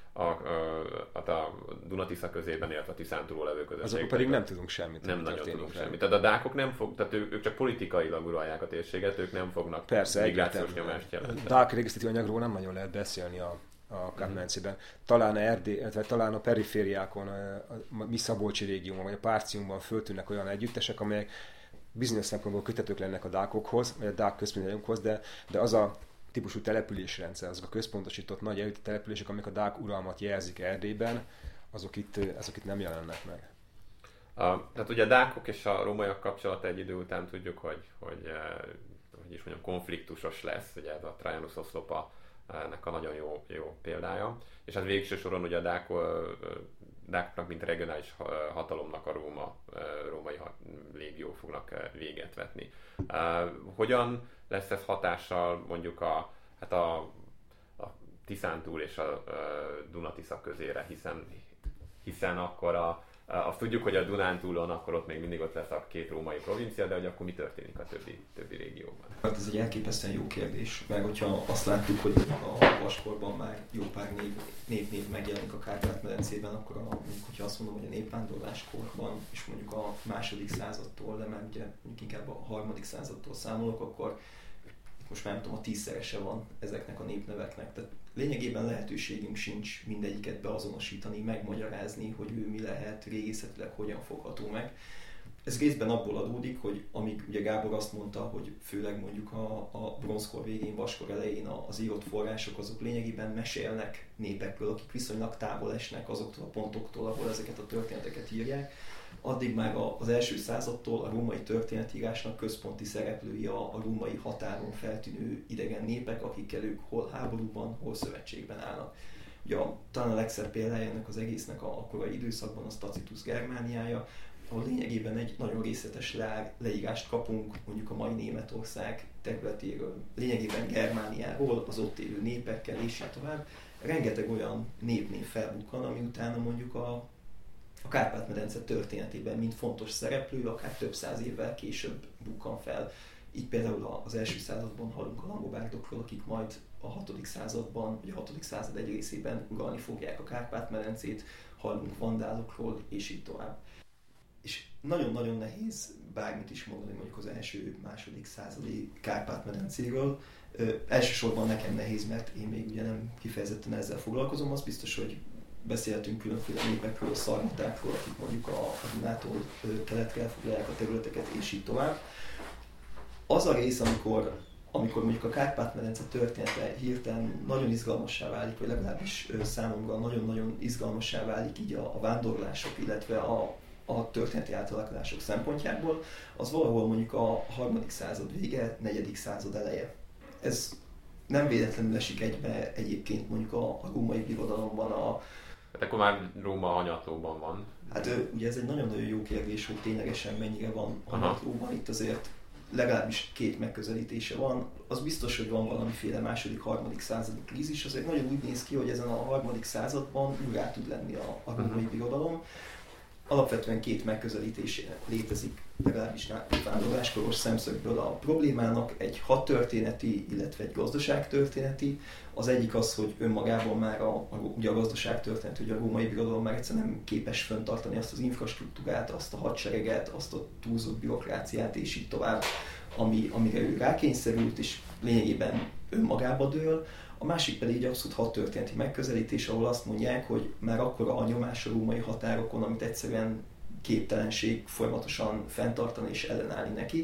a Duna-Tisza közében, illetve a Tiszán túlon levő közösségben. Azok pedig nem tudunk semmit. Nem nagyon tudunk semmit. Tehát a dákok nem tehát ők csak politikailag uralják a térséget, ők nem fognak migrációs nyomást jelenteni. Dák régészeti anyagról nem nagyon lehet beszélni a Kárpát-medencében. Talán a perifériákon, a mi Szabolcsi régióban, vagy a Párciumban föltűnnek olyan együttesek, amelyek bizonyos szempontból kötetők lennek a dákokhoz, vagy a dák központjainkhoz, de az a típusú településrendszer, azok a központosított nagy elüti települések, amik a dák uralmat jelzik Erdélyben, azok itt nem jelennek meg. Tehát ugye a dákok és a rómaiak kapcsolata egy idő után tudjuk, hogy konfliktusos lesz, ugye ez a Traianus oszlopa ennek a nagyon jó példája, és hát végső soron ugye a dákoknak, mint regionális hatalomnak a római légió fognak véget vetni. Hogyan lesz ez hatással mondjuk a Tiszántúl és a Duna-Tisza közére, hiszen akkor azt tudjuk, hogy a Dunántúlon akkor ott még mindig ott lesz a két római provincia, de hogy akkor mi történik a többi régióban? Hát ez egy elképesztően jó kérdés, mert hogyha azt láttuk, hogy a vaskorban már jó pár név megjelenik a Kárpát-medencében, akkor mondjuk, hogyha azt mondom, hogy a népvándorláskorban, és mondjuk a második századtól, de már ugye inkább a harmadik századtól számolok, akkor most már nem tudom, a 10-szerese van ezeknek a népneveknek. Tehát lényegében lehetőségünk sincs mindegyiket beazonosítani, megmagyarázni, hogy ő mi lehet, régészetileg hogyan fogható meg. Ez részben abból adódik, hogy amíg ugye Gábor azt mondta, hogy főleg mondjuk a bronzkor végén, vaskor elején az írott források azok lényegében mesélnek népekről, akik viszonylag távol esnek azoktól a pontoktól, ahol ezeket a történeteket írják. Addig már az első századtól a római történetírásnak központi szereplői a római határon feltűnő idegen népek, akikkel ők hol háborúban, hol szövetségben állnak. Ugye talán a legszebb példája ennek az egésznek a korai időszakban az Tacitus Germániája, ahol lényegében egy nagyon részletes leírást kapunk mondjuk a mai Németország területéről, lényegében Germániáról, az ott élő népekkel és így tovább. Rengeteg olyan népnév felbukkan, ami utána mondjuk a Kárpát-medence történetében mint fontos szereplő, akár több száz évvel később bukkan fel. Így például az első században hallunk a langobárdokról, akik majd a 6. században, vagy a 6. század egy részében uralni fogják a Kárpát-medencét, hallunk vandálokról, és így tovább. És nagyon-nagyon nehéz bármit is mondani mondjuk az első-második századi Kárpát-medencéről. Elsősorban nekem nehéz, mert én még ugye nem kifejezetten ezzel foglalkozom, az biztos, hogy beszélhetünk különféle népekről, szarmatákról, akik mondjuk a Dunától keletre elfoglalják a területeket, és így tovább. Az a rész, amikor mondjuk a Kárpát-medence története hirtelen nagyon izgalmassá válik, vagy legalábbis számomra nagyon-nagyon izgalmassá válik így a vándorlások, illetve a történeti átalakulások szempontjából, az valahol mondjuk a 3. század vége, 4. század eleje. Ez nem véletlenül esik egybe egyébként mondjuk a római birodalomban Hát akkor már Róma hanyatlóban van. Hát ugye ez egy nagyon-nagyon jó kérdés, hogy ténylegesen mennyire van hanyatlóban. Itt azért legalábbis két megközelítése van. Az biztos, hogy van valamiféle második-harmadik századi krízis. Azért nagyon úgy néz ki, hogy ezen a 3. században újra tud lenni a római birodalom. Alapvetően két megközelítés létezik, legalábbis vándorláskoros szemszögből a problémának, egy hadtörténeti, illetve egy gazdaságtörténeti. Az egyik az, hogy önmagában már ugye a gazdaságtörténet, hogy a római birodalom már egyszerűen nem képes fenntartani azt az infrastruktúrát, azt a hadsereget, azt a túlzott bürokráciát és így tovább, amire ő rákényszerült, és lényegében önmagába dől. A másik pedig egy abszolút hadtörténeti megközelítés, ahol azt mondják, hogy már akkora a nyomás a római határokon, amit egyszerűen képtelenség folyamatosan fenntartani és ellenállni neki.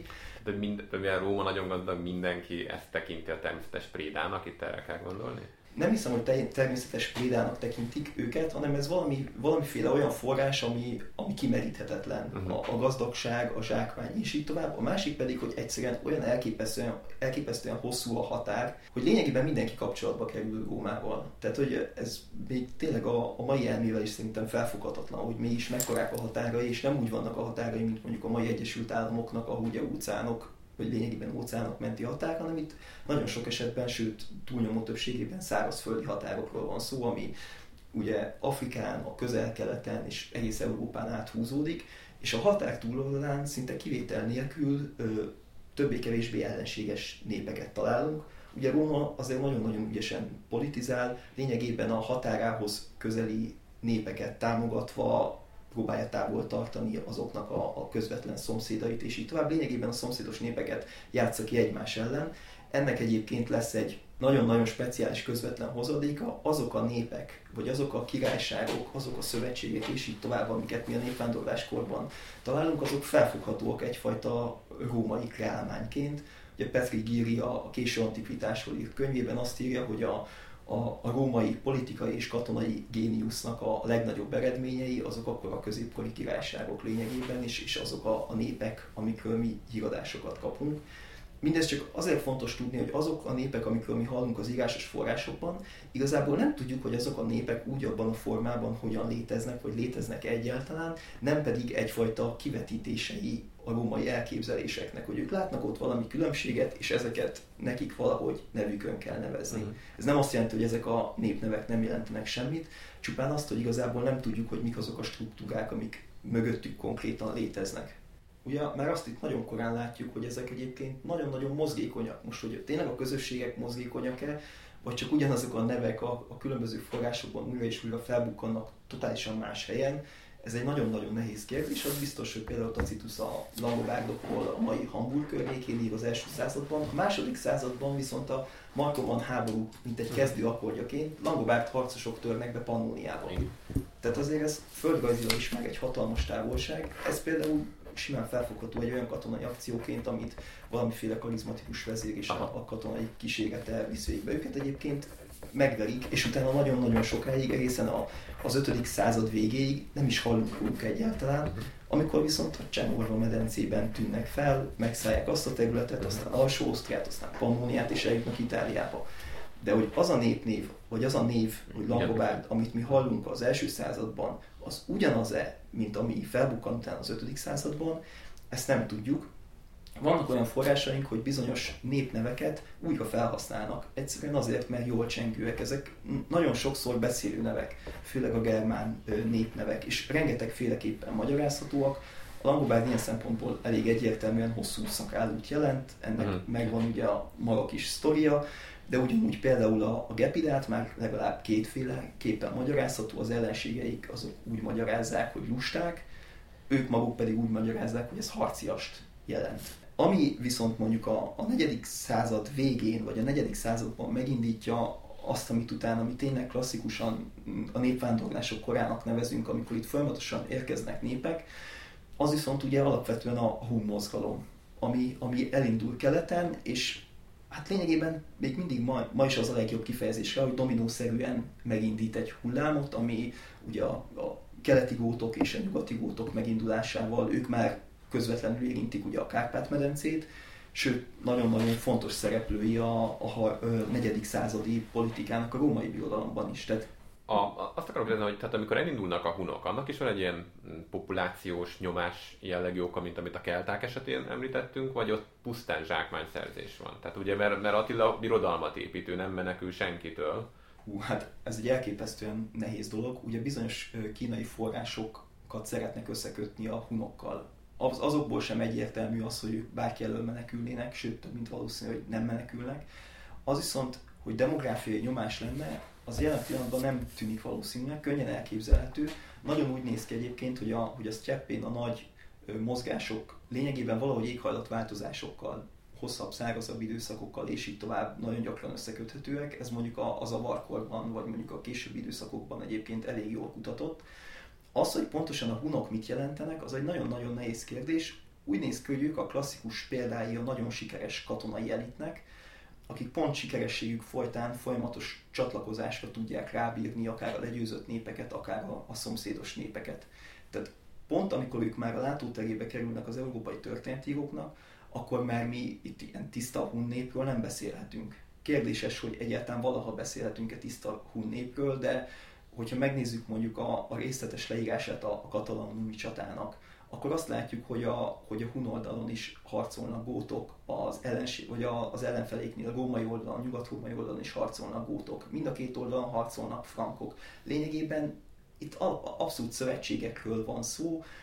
De mivel Róma nagyon gazdag, mindenki ezt tekinti a természetes prédának, itt erre kell gondolni? Nem hiszem, hogy természetes prédának tekintik őket, hanem ez valamiféle olyan forrás, ami kimeríthetetlen. A gazdagság, a zsákmány és így tovább. A másik pedig, hogy egyszerűen olyan elképesztően hosszú a határ, hogy lényegében mindenki kapcsolatba kerül Rómával. Tehát, hogy ez még tényleg a mai elmével is szerintem felfoghatatlan, hogy mégis mekkorák a határai, és nem úgy vannak a határai, mint mondjuk a mai Egyesült Államoknak, ahol ugye óceánok, vagy lényegében óceánok menti határ, hanem itt nagyon sok esetben, sőt túlnyomó többségében szárazföldi határokról van szó, ami ugye Afrikán, a Közel-Keleten és egész Európán áthúzódik, és a határ túloldalán szinte kivétel nélkül többé-kevésbé ellenséges népeket találunk. Ugye Róma azért nagyon-nagyon ügyesen politizál, lényegében a határához közeli népeket támogatva próbálja távol tartani azoknak a közvetlen szomszédait, és így tovább. Lényegében a szomszédos népeket játsza ki egymás ellen. Ennek egyébként lesz egy nagyon-nagyon speciális közvetlen hozadéka, azok a népek, vagy azok a királyságok, azok a szövetségek, és így tovább, amiket mi a népvándorláskorban találunk, azok felfoghatóak egyfajta római kreálmányként. Ugye Petri Gyri a késő antikvitásról írt könyvében azt írja, hogy a római politikai és katonai géniusznak a legnagyobb eredményei azok akkor a középkori királyságok lényegében, és azok a népek, amikről mi híradásokat kapunk. Mindez csak azért fontos tudni, hogy azok a népek, amikről mi hallunk az írásos forrásokban, igazából nem tudjuk, hogy azok a népek úgy abban a formában hogyan léteznek, vagy léteznek egyáltalán, nem pedig egyfajta kivetítései a római elképzeléseknek, hogy ők látnak ott valami különbséget, és ezeket nekik valahogy nevükön kell nevezni. Ez nem azt jelenti, hogy ezek a népnevek nem jelentenek semmit, csupán azt, hogy igazából nem tudjuk, hogy mik azok a struktúrák, amik mögöttük konkrétan léteznek. Ugye már azt itt nagyon korán látjuk, hogy ezek egyébként nagyon-nagyon mozgékonyak. Most, hogy tényleg a közösségek mozgékonyak-e, vagy csak ugyanazok a nevek a különböző forrásokban újra és újra felbukkannak totálisan más helyen, ez egy nagyon-nagyon nehéz kérdés. Az biztos, hogy például Tacitus a langobárdokról a mai Hamburg környékén ír az első században. A második században viszont a Markovan háború, mint egy kezdő akkordjaként, langobárd harcosok törnek be Pannóniába. Tehát azért ez földrajzilag is meg egy hatalmas távolság. Ez például simán felfogható egy olyan katonai akcióként, amit valamiféle karizmatikus vezér és a katonai kísérete visz végbe. Őket egyébként megverik, és utána nagyon-nagyon sokáig, egészen az 5. század végéig nem is hallunk róluk egyáltalán, amikor viszont a Csemorva medencében tűnnek fel, megszállják azt a területet, aztán Alsó-Osztriát, aztán Pannóniát, és eljutnak Itáliába. De hogy az a népnév, vagy az a név, hogy langobárd, amit mi hallunk az első században, az ugyanaz-e, mint ami felbukkant utána az 5. században, ezt nem tudjuk. Vannak olyan forrásaink, hogy bizonyos népneveket újra felhasználnak. Egyszerűen azért, mert jól csengőek. Ezek nagyon sokszor beszélő nevek, főleg a germán népnevek, és rengetegféleképpen magyarázhatóak. A langobárd ilyen szempontból elég egyértelműen hosszú szakállút jelent, ennek megvan ugye a maga kis sztoria, de ugyanúgy például a gepidát már legalább kétféleképpen magyarázható, az ellenségeik azok úgy magyarázzák, hogy lusták, ők maguk pedig úgy magyarázzák, hogy ez harciast jelent. Ami viszont mondjuk a 4. század végén, vagy a 4. században megindítja azt, amit utána mi tényleg klasszikusan a népvándorlások korának nevezünk, amikor itt folyamatosan érkeznek népek, az viszont ugye alapvetően a hun mozgalom, ami elindul keleten, és hát lényegében még mindig ma is az a legjobb kifejezésre, hogy dominószerűen megindít egy hullámot, ami ugye a keleti gótok és a nyugati gótok megindulásával ők már közvetlenül érintik ugye a Kárpát-medencét, sőt, nagyon-nagyon fontos szereplői a 4. századi politikának a római birodalomban is. Tehát azt akarom kérdezni, hogy tehát amikor elindulnak a hunok, annak is van egy ilyen populációs nyomás jellegű oka, mint amit a kelták esetén említettünk, vagy ott pusztán zsákmányszerzés van? Tehát ugye, mert Attila birodalmat építő, nem menekül senkitől. Hát ez egy elképesztően nehéz dolog. Ugye bizonyos kínai forrásokat szeretnek összekötni a hunokkal. Azokból sem egyértelmű az, hogy ők bárki elől menekülnének, sőt, több mint valószínű, hogy nem menekülnek. Az viszont, hogy demográfiai nyomás lenne, az jelen pillanatban nem tűnik valószínűleg, könnyen elképzelhető. Nagyon úgy néz ki egyébként, hogy a sztyeppén a nagy mozgások lényegében valahogy éghajlatváltozásokkal, hosszabb, szárazabb időszakokkal és így tovább nagyon gyakran összeköthetőek. Ez mondjuk az avarkorban, vagy mondjuk a későbbi időszakokban egyébként elég jól kutatott. Az, hogy pontosan a hunok mit jelentenek, az egy nagyon-nagyon nehéz kérdés. Úgy néz ki, hogy ők a klasszikus példái a nagyon sikeres katonai elitnek, akik pont sikerességük folytán folyamatos csatlakozásra tudják rábírni akár a legyőzött népeket, akár a szomszédos népeket. Tehát pont amikor ők már a látóterébe kerülnek az európai történetíróknak, akkor már mi itt ilyen tiszta hun népről nem beszélhetünk. Kérdéses, hogy egyáltalán valaha beszélhetünk-e tiszta hun népről, de hogyha megnézzük mondjuk a részletes leírását a katalóniai csatának, akkor azt látjuk, hogy a hun oldalon is harcolnak gótok, az ellenfeléknél, a római oldalon, a nyugat-római oldalon is harcolnak gótok. Mind a két oldalon harcolnak frankok. Lényegében itt abszolút szövetségekről van szó.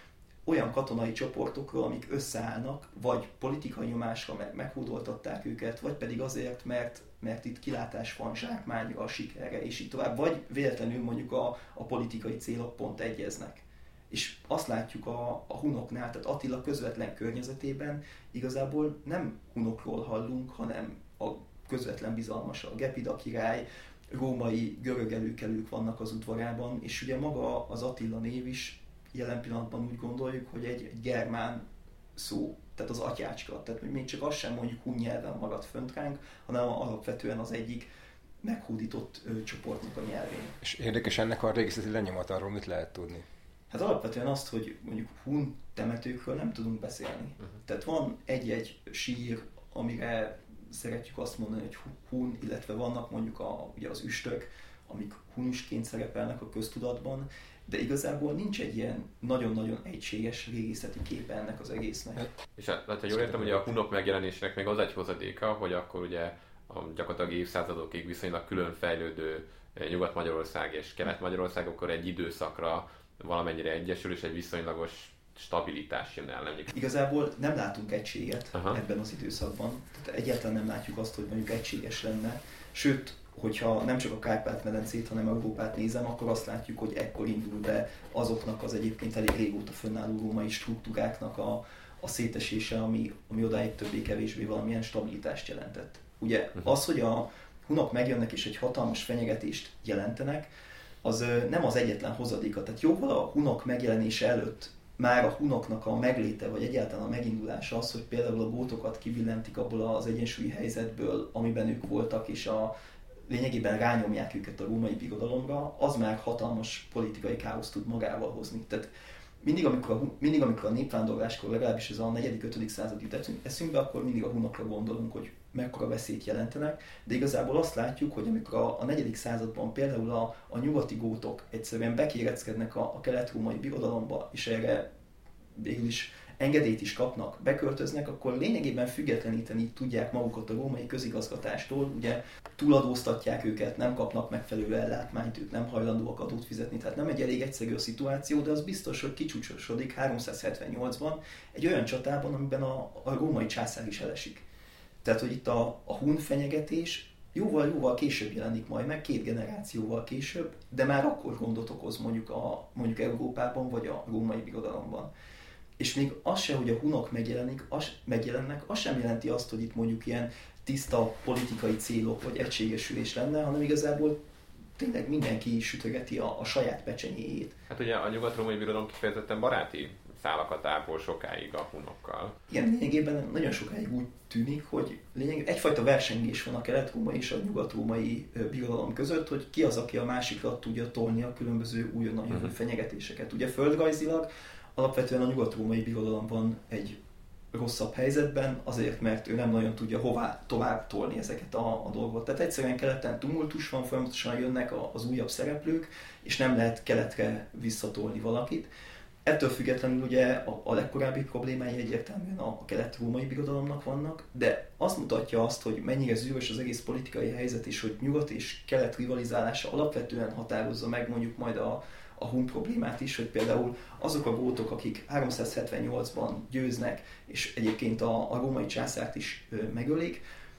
olyan katonai csoportokról, amik összeállnak, vagy politikai nyomásra meghódoltatták őket, vagy pedig azért, mert itt kilátás van zsákmányra, a sikerre, és így tovább, vagy véletlenül mondjuk a politikai célok pont egyeznek. És azt látjuk a hunoknál, tehát Attila közvetlen környezetében igazából nem hunokról hallunk, hanem a közvetlen bizalmas, a Gepida király, római görög előkelők vannak az udvarában, és ugye maga az Attila név is jelen pillanatban úgy gondoljuk, hogy egy germán szó, tehát az atyácska, tehát még csak azt sem mondjuk hun nyelven maradt fönt ránk, hanem alapvetően az egyik meghódított csoportnak a nyelvén. És érdekes ennek a régészeti lenyomatáról mit lehet tudni? Hát alapvetően azt, hogy mondjuk hun temetőkről nem tudunk beszélni. Tehát van egy-egy sír, amire szeretjük azt mondani, hogy hun, illetve vannak mondjuk ugye az üstök, amik hunusként szerepelnek a köztudatban, de igazából nincs egy ilyen nagyon-nagyon egységes régészeti képe ennek az egésznek. És hát jól értem, hogy a hunok megjelenésének még az egy hozadéka, hogy akkor ugye gyakorlatilag évszázadokig viszonylag külön fejlődő Nyugat-Magyarország és Kelet-Magyarország akkor egy időszakra valamennyire egyesül, és egy viszonylagos stabilitás jön el. Igazából nem látunk egységet ebben az időszakban. Tehát egyáltalán nem látjuk azt, hogy mondjuk egységes lenne. Sőt, hogyha nem csak a Kárpát-medencét, hanem Európát nézem, akkor azt látjuk, hogy ekkor indul be azoknak az egyébként elég régóta fönnálló római struktúráknak a szétesése, ami odáig többé-kevésbé valamilyen stabilitást jelentett. Ugye az, hogy a hunok megjönnek és egy hatalmas fenyegetést jelentenek, az nem az egyetlen hozadéka. Tehát jóval a hunok megjelenése előtt már a hunoknak a megléte, vagy egyáltalán a megindulása az, hogy például a gótokat kibillentik abból az egyensúlyi helyzetből, amiben ők voltak, és lényegében rányomják őket a római birodalomra, az már hatalmas politikai káoszt tud magával hozni. Tehát mindig, amikor a népvándorláskor, legalábbis ez a 4.-5. század jut eszünkbe, akkor mindig a hunokra gondolunk, hogy mekkora veszélyt jelentenek, de igazából azt látjuk, hogy amikor a 4. században például a nyugati gótok egyszerűen bekéreckednek a kelet-római birodalomba, és erre végül is engedélyt is kapnak, beköltöznek, akkor lényegében függetleníteni tudják magukat a római közigazgatástól, ugye túladóztatják őket, nem kapnak megfelelő ellátmányt, ők nem hajlandóak adót fizetni, tehát nem egy elég egyszerű a szituáció, de az biztos, hogy kicsúcsosodik 378-ban egy olyan csatában, amiben a római császár is elesik. Tehát, hogy itt a hun fenyegetés jóval később jelenik majd meg, 2 generációval később, de már akkor gondot okoz mondjuk Európában vagy a római birodalomban. És még az se, hogy a hunok megjelennek, az sem jelenti azt, hogy itt mondjuk ilyen tiszta politikai célok vagy egységesülés lenne, hanem igazából tényleg mindenki sütögeti a saját pecsenyéjét. Hát ugye a nyugat-római birodalom kifejezetten baráti szálakat ápol sokáig a hunokkal. Igen, lényegében nagyon sokáig úgy tűnik, hogy egyfajta versengés van a kelet-római és a nyugat-római birodalom között, hogy ki az, aki a másikra tudja tolni a különböző újonnan jövő fenyegetéseket. Ugye földrajzilag alapvetően a nyugat-római birodalom van egy rosszabb helyzetben, azért, mert ő nem nagyon tudja hová tovább tolni ezeket a dolgokat. Tehát egyszerűen keleten tumultus van, folyamatosan jönnek az újabb szereplők, és nem lehet keletre visszatolni valakit. Ettől függetlenül ugye a legkorábbi problémái egyértelműen a kelet-római birodalomnak vannak, de azt mutatja azt, hogy mennyire zűrös az egész politikai helyzet, és hogy nyugat és kelet rivalizálása alapvetően határozza meg mondjuk majd a hun problémát is, hogy például azok a gótok, akik 378-ban győznek, és egyébként a római császárt is megölik,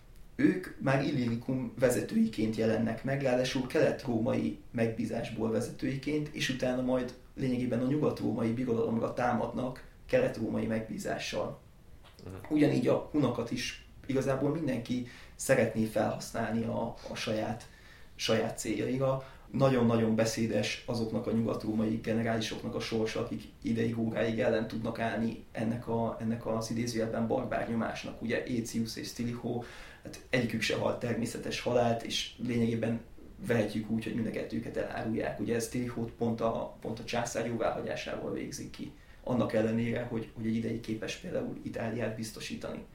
ők már Illyricum vezetőiként jelennek meg, ráadásul kelet-római megbízásból vezetőiként, és utána majd lényegében a nyugat-római birodalomra támadnak kelet-római megbízással. Ugyanígy a hunokat is igazából mindenki szeretné felhasználni a saját céljaira. Nagyon-nagyon beszédes azoknak a nyugat-római generálisoknak a sorsa, akik ideig óráig ellen tudnak állni ennek az idézőjelben barbár nyomásnak. Ugye Aetius és Stilicho, hát egyikük se halt természetes halált, és lényegében vehetjük úgy, hogy mind a kettőket elárulják. Ugye Stilichót pont a császár jóváhagyásával végzik ki. Annak ellenére, hogy egy ideig képes például Itáliát biztosítani.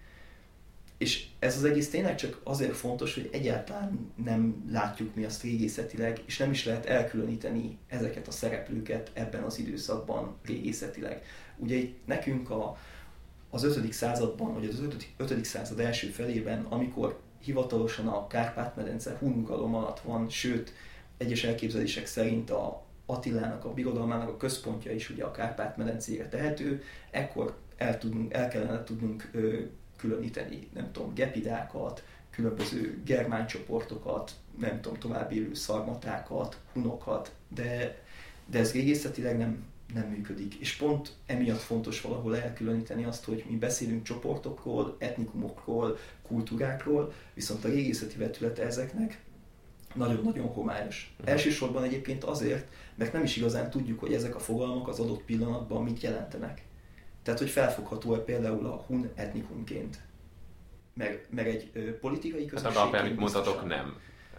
És ez az egész tényleg csak azért fontos, hogy egyáltalán nem látjuk mi azt régészetileg, és nem is lehet elkülöníteni ezeket a szereplőket ebben az időszakban régészetileg. Ugye itt nekünk az 5. században, vagy az 5. század első felében, amikor hivatalosan a Kárpát-medence hun uralom alatt van, sőt, egyes elképzelések szerint Attilának a birodalmának a központja is ugye a Kárpát-medencére tehető, ekkor el kellene tudnunk különíteni, nem tudom, gepidákat, különböző germán csoportokat, nem tudom, tovább élő szarmatákat, hunokat, de ez régészetileg nem működik. És pont emiatt fontos valahol elkülöníteni azt, hogy mi beszélünk csoportokról, etnikumokról, kultúrákról, viszont a régészeti vetülete ezeknek nagyon-nagyon homályos. Elsősorban egyébként azért, mert nem is igazán tudjuk, hogy ezek a fogalmak az adott pillanatban mit jelentenek. Tehát, hogy felfogható-e például a hun etnikumként, meg egy politikai közösségként. Hát alapján, amit mondhatok, nem.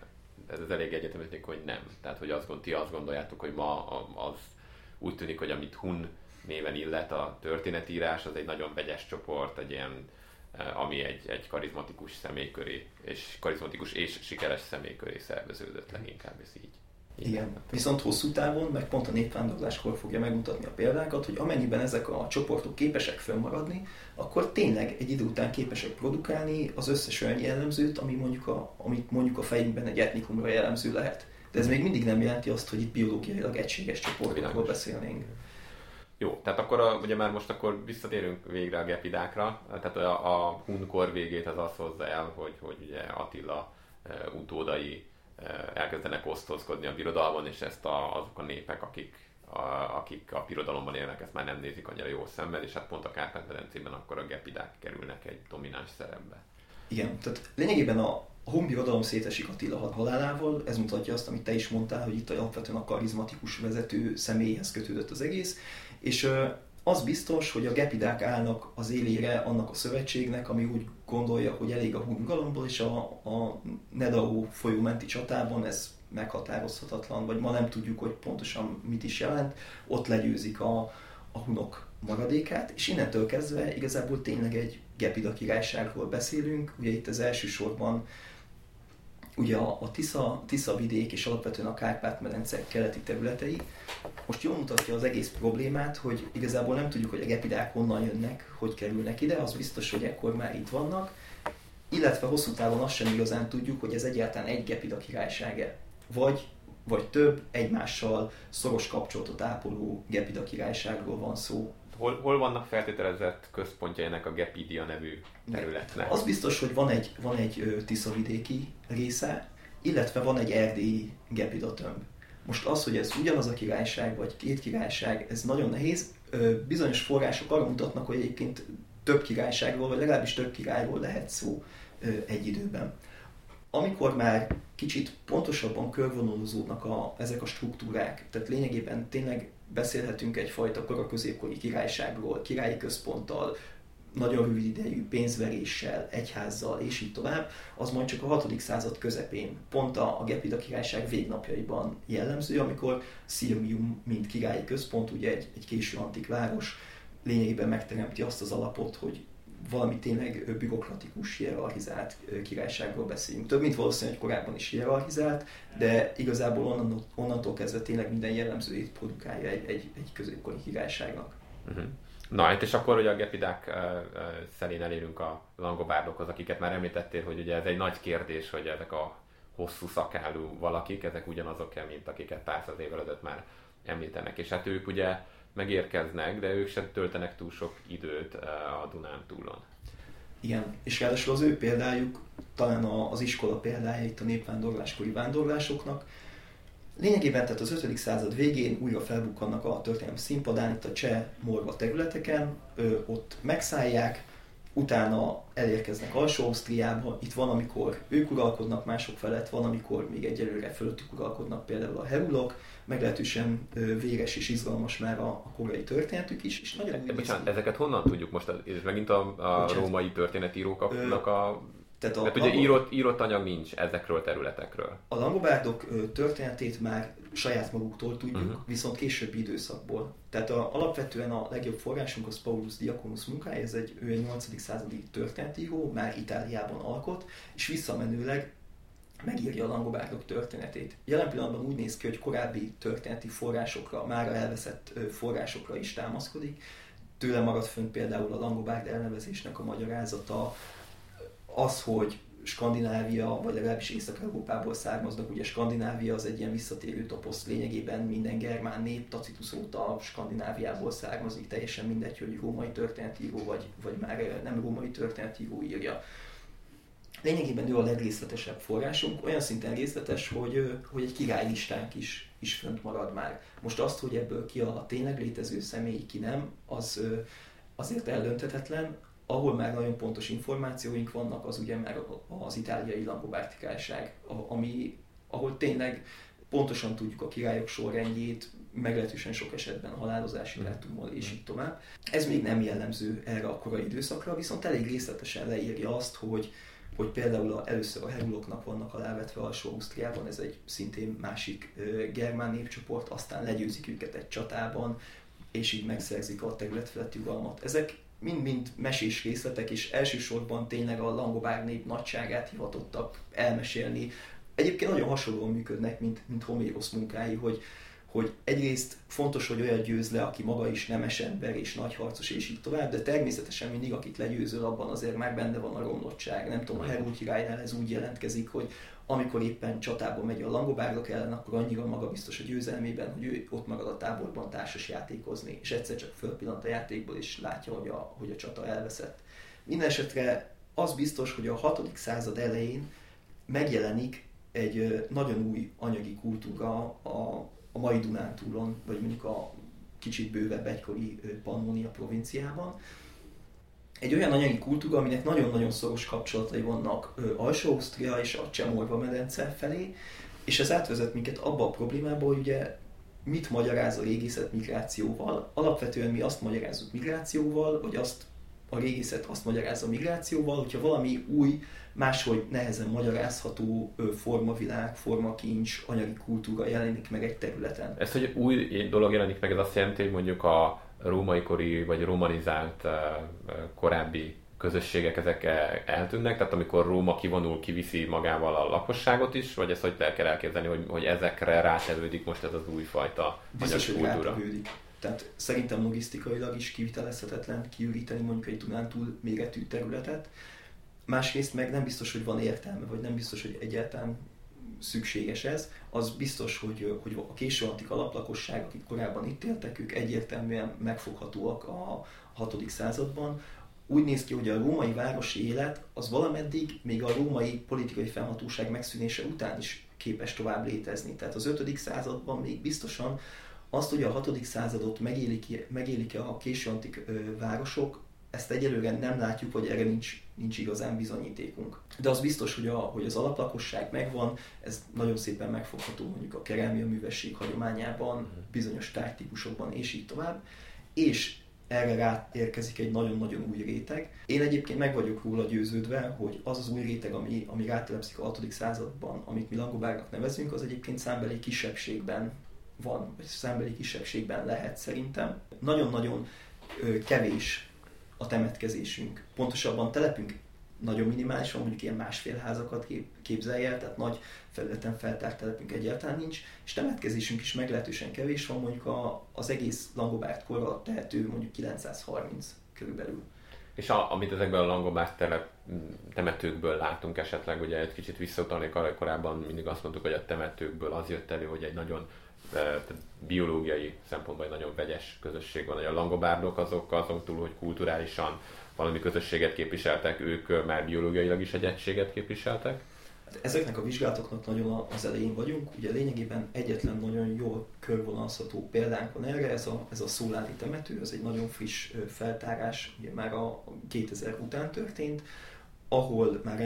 Ez elég egyetemes, hogy nem. Tehát, hogy ti azt gondoljátok, hogy ma az úgy tűnik, hogy amit hun néven illet a történetírás, az egy nagyon vegyes csoport, egy ilyen, ami egy karizmatikus személy köré, és karizmatikus és sikeres személy köré szerveződött leginkább, ez így. Igen. Viszont hosszú távon, meg pont a népvándorláskor fogja megmutatni a példákat, hogy amennyiben ezek a csoportok képesek fönnmaradni, akkor tényleg egy idő után képesek produkálni az összes olyan jellemzőt, amit mondjuk a fejünkben egy etnikumra jellemző lehet. De ez még mindig nem jelenti azt, hogy itt biológiailag egységes csoportokról beszélnénk. Jó, tehát akkor ugye már most akkor visszatérünk végre a gepidákra. Tehát a hun kor végét az hozza el, hogy ugye Attila utódai elkezdenek osztozkodni a birodalmon, és ezt azok a népek, akik a birodalomban élnek, ezt már nem nézik annyira jó szemmel, és hát pont a Kárpát-medencében akkor a gepidák kerülnek egy domináns szerepbe. Igen, tehát lényegében a hun birodalom szétesik Attila halálával, ez mutatja azt, amit te is mondtál, hogy itt alapvetően a karizmatikus vezető személyhez kötődött az egész, és az biztos, hogy a gepidák állnak az élére annak a szövetségnek, ami úgy gondolja, hogy elég a hun uralomból, és a Nedao folyó menti csatában ez meghatározhatatlan, vagy ma nem tudjuk, hogy pontosan mit is jelent, ott legyőzik a hunok maradékát, és innentől kezdve igazából tényleg egy gepida királyságról beszélünk, ugye itt az elsősorban ugye a Tisza vidék és alapvetően a Kárpát-medence keleti területei. Most jól mutatja az egész problémát, hogy igazából nem tudjuk, hogy a gepidák honnan jönnek, hogy kerülnek ide, az biztos, hogy ekkor már itt vannak, illetve hosszú távon azt sem igazán tudjuk, hogy ez egyáltalán egy gepida királysága, vagy több egymással szoros kapcsolatot ápoló gepida királyságról van szó. Hol vannak feltételezett központjai ennek a Gepidia nevű területnek? Az biztos, hogy van egy tiszavidéki része, illetve van egy erdélyi gepida tömb. Most az, hogy ez ugyanaz a királyság, vagy két királyság, ez nagyon nehéz. Bizonyos források arra mutatnak, hogy egyébként több királyságról, vagy legalábbis több királyról lehet szó egy időben. Amikor már kicsit pontosabban körvonalazódnak ezek a struktúrák, tehát lényegében tényleg beszélhetünk egyfajta koraközépkori királyságról, királyi központtal, nagyon rövid idejű pénzveréssel, egyházzal és így tovább, az majd csak a 6. század közepén, pont a gepida királyság végnapjaiban jellemző, amikor Sirmium, mint királyi központ, ugye egy késő antik város, lényegében megteremti azt az alapot, hogy valami tényleg bürokratikus, hierarchizált királyságról beszélünk. Több, mint valószínűleg korábban is hierarchizált, de igazából onnantól kezdve tényleg minden jellemzőjét produkálja egy középkori királyságnak. Uh-huh. Na, hát és akkor ugye a gepidák szelén elérünk a langobárdokhoz, akiket már említettél, hogy ugye ez egy nagy kérdés, hogy ezek a hosszú szakálú valakik, ezek ugyanazok-e, mint akiket pár száz évvel ezelőtt már említenek. És hát ők ugye megérkeznek, de ők sem töltenek túl sok időt a Dunántúlon. Igen, és ráadásul az ő példájuk talán az iskola példája itt a népvándorláskori vándorlásoknak. Lényegében tehát az 5. század végén újra felbukkannak a történelem színpadán, itt a cseh morva területeken, ott megszállják, utána elérkeznek Alsó-Ausztriába, itt van, amikor ők uralkodnak mások felett, van, amikor még egyelőre fölöttük uralkodnak például a herulok, meglehetősen véres és izgalmas már a korai történetük is. És nagyon bocsánat, ezeket honnan tudjuk most? Ez megint a római történetíróknak mert ugye írott anyag nincs ezekről a területekről. A langobárdok történetét már saját maguktól tudjuk, viszont későbbi időszakból. Tehát alapvetően a legjobb forrásunk az Paulus Diaconus munkája, ő egy 8. századi történetíró, már Itáliában alkot, és visszamenőleg megírja a langobárdok történetét. Jelen pillanatban úgy néz ki, hogy korábbi történeti forrásokra, már elveszett forrásokra is támaszkodik. Tőle maradt fönn például a langobárd elnevezésnek a magyarázata, az, hogy Skandinávia, vagy legalábbis Észak-Európából származnak. Ugye Skandinávia az egy ilyen visszatérő toposz, lényegében minden germán nép Tacitus óta Skandináviából származik, teljesen mindegy, hogy római történetíró, vagy már nem római történetíró írja. Lényegében ő a legrészletesebb forrásunk, olyan szinten részletes, hogy egy királylistánk is fönt marad már. Most azt, hogy ebből ki a tényleg létező személy, ki nem, az azért eldönthetetlen. Ahol már nagyon pontos információink vannak, az ugye már az itáliai Langobárd királyság, ahol tényleg pontosan tudjuk a királyok sorrendjét, meglehetősen sok esetben a halálozási dátummal és így tovább. Ez még nem jellemző erre a korai időszakra, viszont elég részletesen leírja azt, hogy például először a heruloknak vannak alávetve Alsó-Ausztriában, ez egy szintén másik germán népcsoport, aztán legyőzik őket egy csatában, és így megszerzik a területfeletti uralmat. Ezek mind-mind mesés részletek, és elsősorban tényleg a langobárd nép nagyságát hivatottak elmesélni. Egyébként nagyon hasonlóan működnek, mint Homérosz munkái, hogy egyrészt fontos, hogy olyan győz le, aki maga is nemes ember és nagyharcos és így tovább, de természetesen mindig, akit legyőzöl, abban azért már benne van a romlottság. Nem tudom, a Herul királynál ez úgy jelentkezik, hogy amikor éppen csatába megy a langobárdok ellen, akkor annyira magabiztos a győzelmében, hogy ő ott marad a táborban társas játékozni, és egyszer csak fölpillant a játékból, és látja, hogy a csata elveszett. Mindenesetre az biztos, hogy a 6. század elején megjelenik egy nagyon új anyagi kultúra a mai Dunántúlon, vagy mondjuk a kicsit bővebb egykori Pannónia provinciában. Egy olyan anyagi kultúra, aminek nagyon-nagyon szoros kapcsolatai vannak Alsó-Ausztria és a Cseh-Morva medence felé, és ez átvezet minket abba a problémába, hogy ugye mit magyaráz a régészet migrációval. Alapvetően mi azt magyarázzuk migrációval, vagy a régészet azt magyarázza migrációval, hogyha valami új, máshogy nehezen magyarázható formavilág, formakincs, anyagi kultúra jelenik meg egy területen. Ez, hogy új dolog jelenik meg, ez azt jelenti, hogy mondjuk a római kori vagy romanizált korábbi közösségek ezek eltűnnek, tehát amikor Róma kivonul, kiviszi magával a lakosságot is, vagy ezt hogy kell elképzelni, hogy ezekre rátevődik most ez az újfajta anyagi kultúra? Tehát szerintem logisztikailag is kivitelezhetetlen kiüríteni mondjuk egy Dunántúl méretű területet. Másrészt meg nem biztos, hogy van értelme, vagy nem biztos, hogy egyáltalán szükséges ez. Az biztos, hogy a késő antik alaplakosság, akik korábban itt éltek, ők egyértelműen megfoghatóak a 6. században. Úgy néz ki, hogy a római városi élet az valameddig, még a római politikai fennhatóság megszűnése után is képes tovább létezni. Tehát az 5. században még biztosan azt, hogy a 6. századot megélik-e a késő antik városok, ezt egyelőre nem látjuk, vagy erre nincs igazán bizonyítékunk. De az biztos, hogy az alaplakosság megvan, ez nagyon szépen megfogható mondjuk a kerámia művesség hagyományában, bizonyos tárgytípusokban és így tovább, és erre ráérkezik egy nagyon-nagyon új réteg. Én egyébként meg vagyok róla győződve, hogy az az új réteg, ami rátelepszik a 6. században, amit mi langobárdnak nevezünk, az egyébként számbeli kisebbségben van, vagy számbeli kisebbségben lehet szerintem. Nagyon-nagyon kevés a temetkezésünk. Pontosabban telepünk nagyon minimálisan, mondjuk ilyen másfél házakat képzelj el, tehát nagy felületen feltárt telepünk egyáltalán nincs, és temetkezésünk is meglehetősen kevés van, mondjuk az egész langobárd korra tehető mondjuk 930 körülbelül. És amit ezekben a langobárd temetőkből látunk esetleg, ugye egy kicsit visszautalnék arra, hogy korábban mindig azt mondtuk, hogy a temetőkből az jött elő, hogy egy nagyon biológiai szempontból egy nagyon vegyes közösség van, hogy a langobárdok azon túl, hogy kulturálisan valami közösséget képviseltek, ők már biológiailag is egy egységet képviseltek. Ezeknek a vizsgálatoknak nagyon az elején vagyunk, ugye lényegében egyetlen nagyon jól körvonalazható példánk van erre, ez a Szóládi temető, ez egy nagyon friss feltárás, ugye már a 2000 után történt, ahol már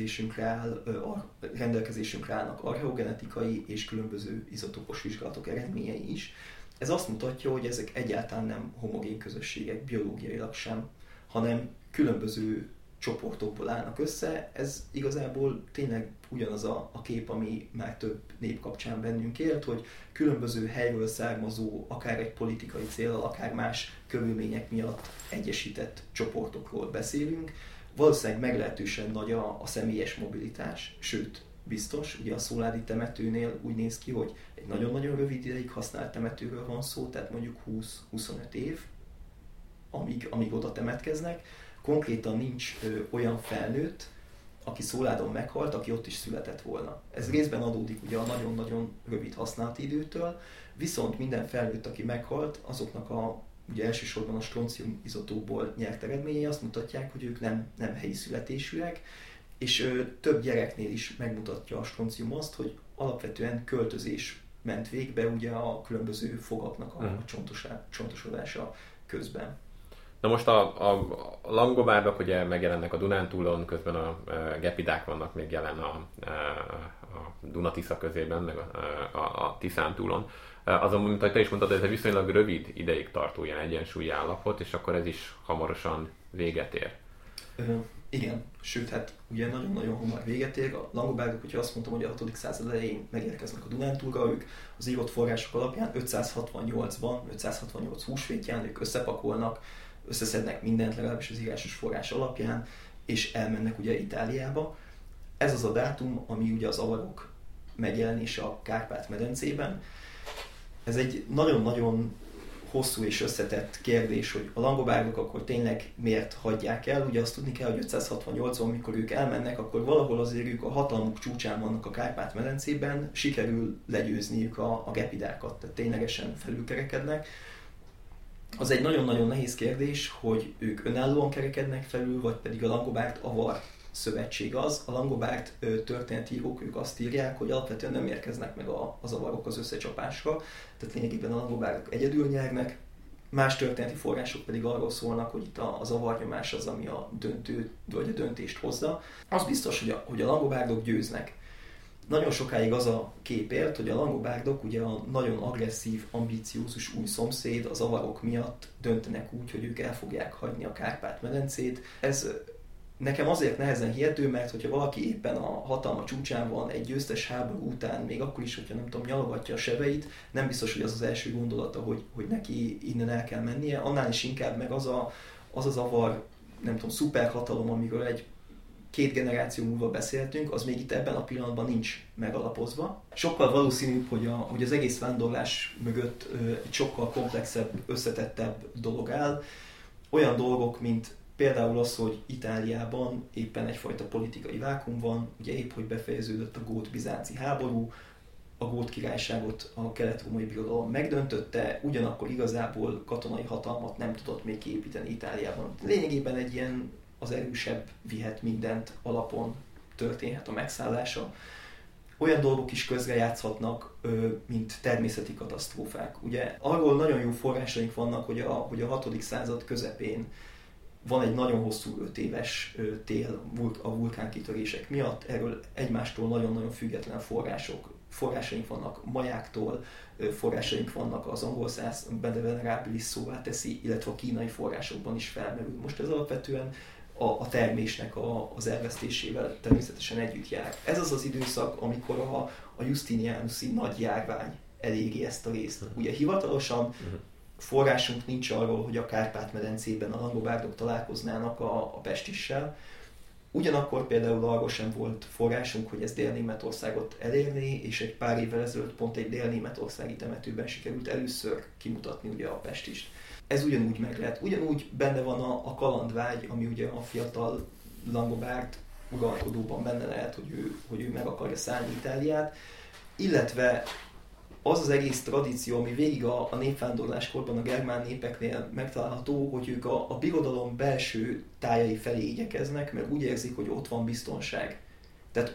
rendelkezésünkre állnak archeogenetikai és különböző izotópos vizsgálatok eredményei is. Ez azt mutatja, hogy ezek egyáltalán nem homogén közösségek, biológiailag sem, hanem különböző csoportokból állnak össze. Ez igazából tényleg ugyanaz a kép, ami már több nép kapcsán bennünk élt, hogy különböző helyről származó, akár egy politikai céllal, akár más körülmények miatt egyesített csoportokról beszélünk. Valószínűleg meglehetősen nagy a személyes mobilitás, sőt, biztos, ugye a Szóládi temetőnél úgy néz ki, hogy egy nagyon-nagyon rövid ideig használt temetőről van szó, tehát mondjuk 20-25 év, amíg oda temetkeznek. Konkrétan nincs olyan felnőtt, aki Szoládon meghalt, aki ott is született volna. Ez részben adódik ugye a nagyon-nagyon rövid használati időtől, viszont minden felnőtt, aki meghalt, azoknak ugye elsősorban a stroncium izotópból nyert eredményei azt mutatják, hogy ők nem helyi születésűek, és több gyereknél is megmutatja a stroncium azt, hogy alapvetően költözés ment végbe ugye a különböző fogaknak a csontosodása közben. Na most a langobárdok ugye megjelennek a Dunántúlon, közben a gepidák vannak még jelen a Duna-Tisza közében, meg a Tiszántúlon. Azon, mint ahogy te is mondtad, ez egy viszonylag rövid ideig tartó ilyen egyensúlyi állapot, és akkor ez is hamarosan véget ér. Igen, sőt, hát ugye nagyon-nagyon hamar véget ér. A langobárdok, hogyha azt mondtam, hogy a 6. század elején megérkeznek a Dunántúlra, ők az írott források alapján 568 húsvétján ők összepakolnak, összeszednek mindent, legalábbis az írásos forrás alapján, és elmennek ugye Itáliába. Ez az a dátum, ami ugye az avarok megjelenése a Kárpát-medencében. Ez egy nagyon-nagyon hosszú és összetett kérdés, hogy a langobárdok akkor tényleg miért hagyják el. Ugye azt tudni kell, hogy 568-ban, amikor ők elmennek, akkor valahol azért ők a hatalmuk csúcsán vannak a Kárpát-medencében, sikerül legyőzniük a gepidákat, tehát ténylegesen felülkerekednek. Az egy nagyon-nagyon nehéz kérdés, hogy ők önállóan kerekednek felül, vagy pedig a langobárd-avar szövetség az. A langobárd történetírók, ők azt írják, hogy alapvetően nem érkeznek meg az avarok az összecsapásra, tehát lényegében a langobárdok egyedül nyernek. Más történeti források pedig arról szólnak, hogy itt az avarnyomás az, ami a döntést hozza. Az biztos, hogy a langobárdok győznek. Nagyon sokáig az a kép élt, hogy a langobárdok ugye a nagyon agresszív, ambíciózus új szomszéd az avarok miatt döntenek úgy, hogy ők el fogják hagyni a Kárpát-medencét. Ez nekem azért nehezen hihető, mert hogyha valaki éppen a hatalma csúcsán van egy győztes háború után, még akkor is, hogyha nem tudom, nyalogatja a sebeit, nem biztos, hogy az az első gondolata, hogy neki innen el kell mennie, annál is inkább meg az az avar, nem tudom, szuperhatalom, amiről két generáció múlva beszéltünk, az még itt ebben a pillanatban nincs megalapozva. Sokkal valószínűbb, hogy az egész vándorlás mögött egy sokkal komplexebb, összetettebb dolog áll. Olyan dolgok, mint például az, hogy Itáliában éppen egyfajta politikai vákum van, ugye épp hogy befejeződött a gót-bizánci háború, a gót királyságot a kelet-római birodalom megdöntötte, ugyanakkor igazából katonai hatalmat nem tudott még kiépíteni Itáliában. Lényegében egy ilyen az erősebb vihet mindent alapon történhet a megszállása. Olyan dolgok is közrejátszhatnak, mint természeti katasztrófák. Ugye arról nagyon jó forrásaink vannak, hogy a 6. század közepén van egy nagyon hosszú 5 éves tél a vulkánkitörések miatt, erről egymástól nagyon-nagyon független forrásaink vannak majáktól, forrásaink vannak az angol száz Bene Venerabilis szóvá teszi, illetve a kínai forrásokban is felmerül. Most ez alapvetően a termésnek az elvesztésével természetesen együtt jár. Ez az az időszak, amikor a Justinianuszi nagy járvány eléri ezt a részt. Ugye hivatalosan forrásunk nincs arról, hogy a Kárpát-medencében a langobárdok találkoznának a pestissel. Ugyanakkor például arról sem volt forrásunk, hogy ez Dél-Németországot elérné, és egy pár évvel ezelőtt pont egy dél-németországi temetőben sikerült először kimutatni ugye a pestist. Ez ugyanúgy meg lehet. Ugyanúgy benne van a kalandvágy, ami ugye a fiatal langobárd uralkodóban benne lehet, hogy ő meg akarja szállni Itáliát, illetve az az egész tradíció, ami végig a népvándorláskorban a germán népeknél megtalálható, hogy ők a birodalom belső tájai felé igyekeznek, mert úgy érzik, hogy ott van biztonság. Tehát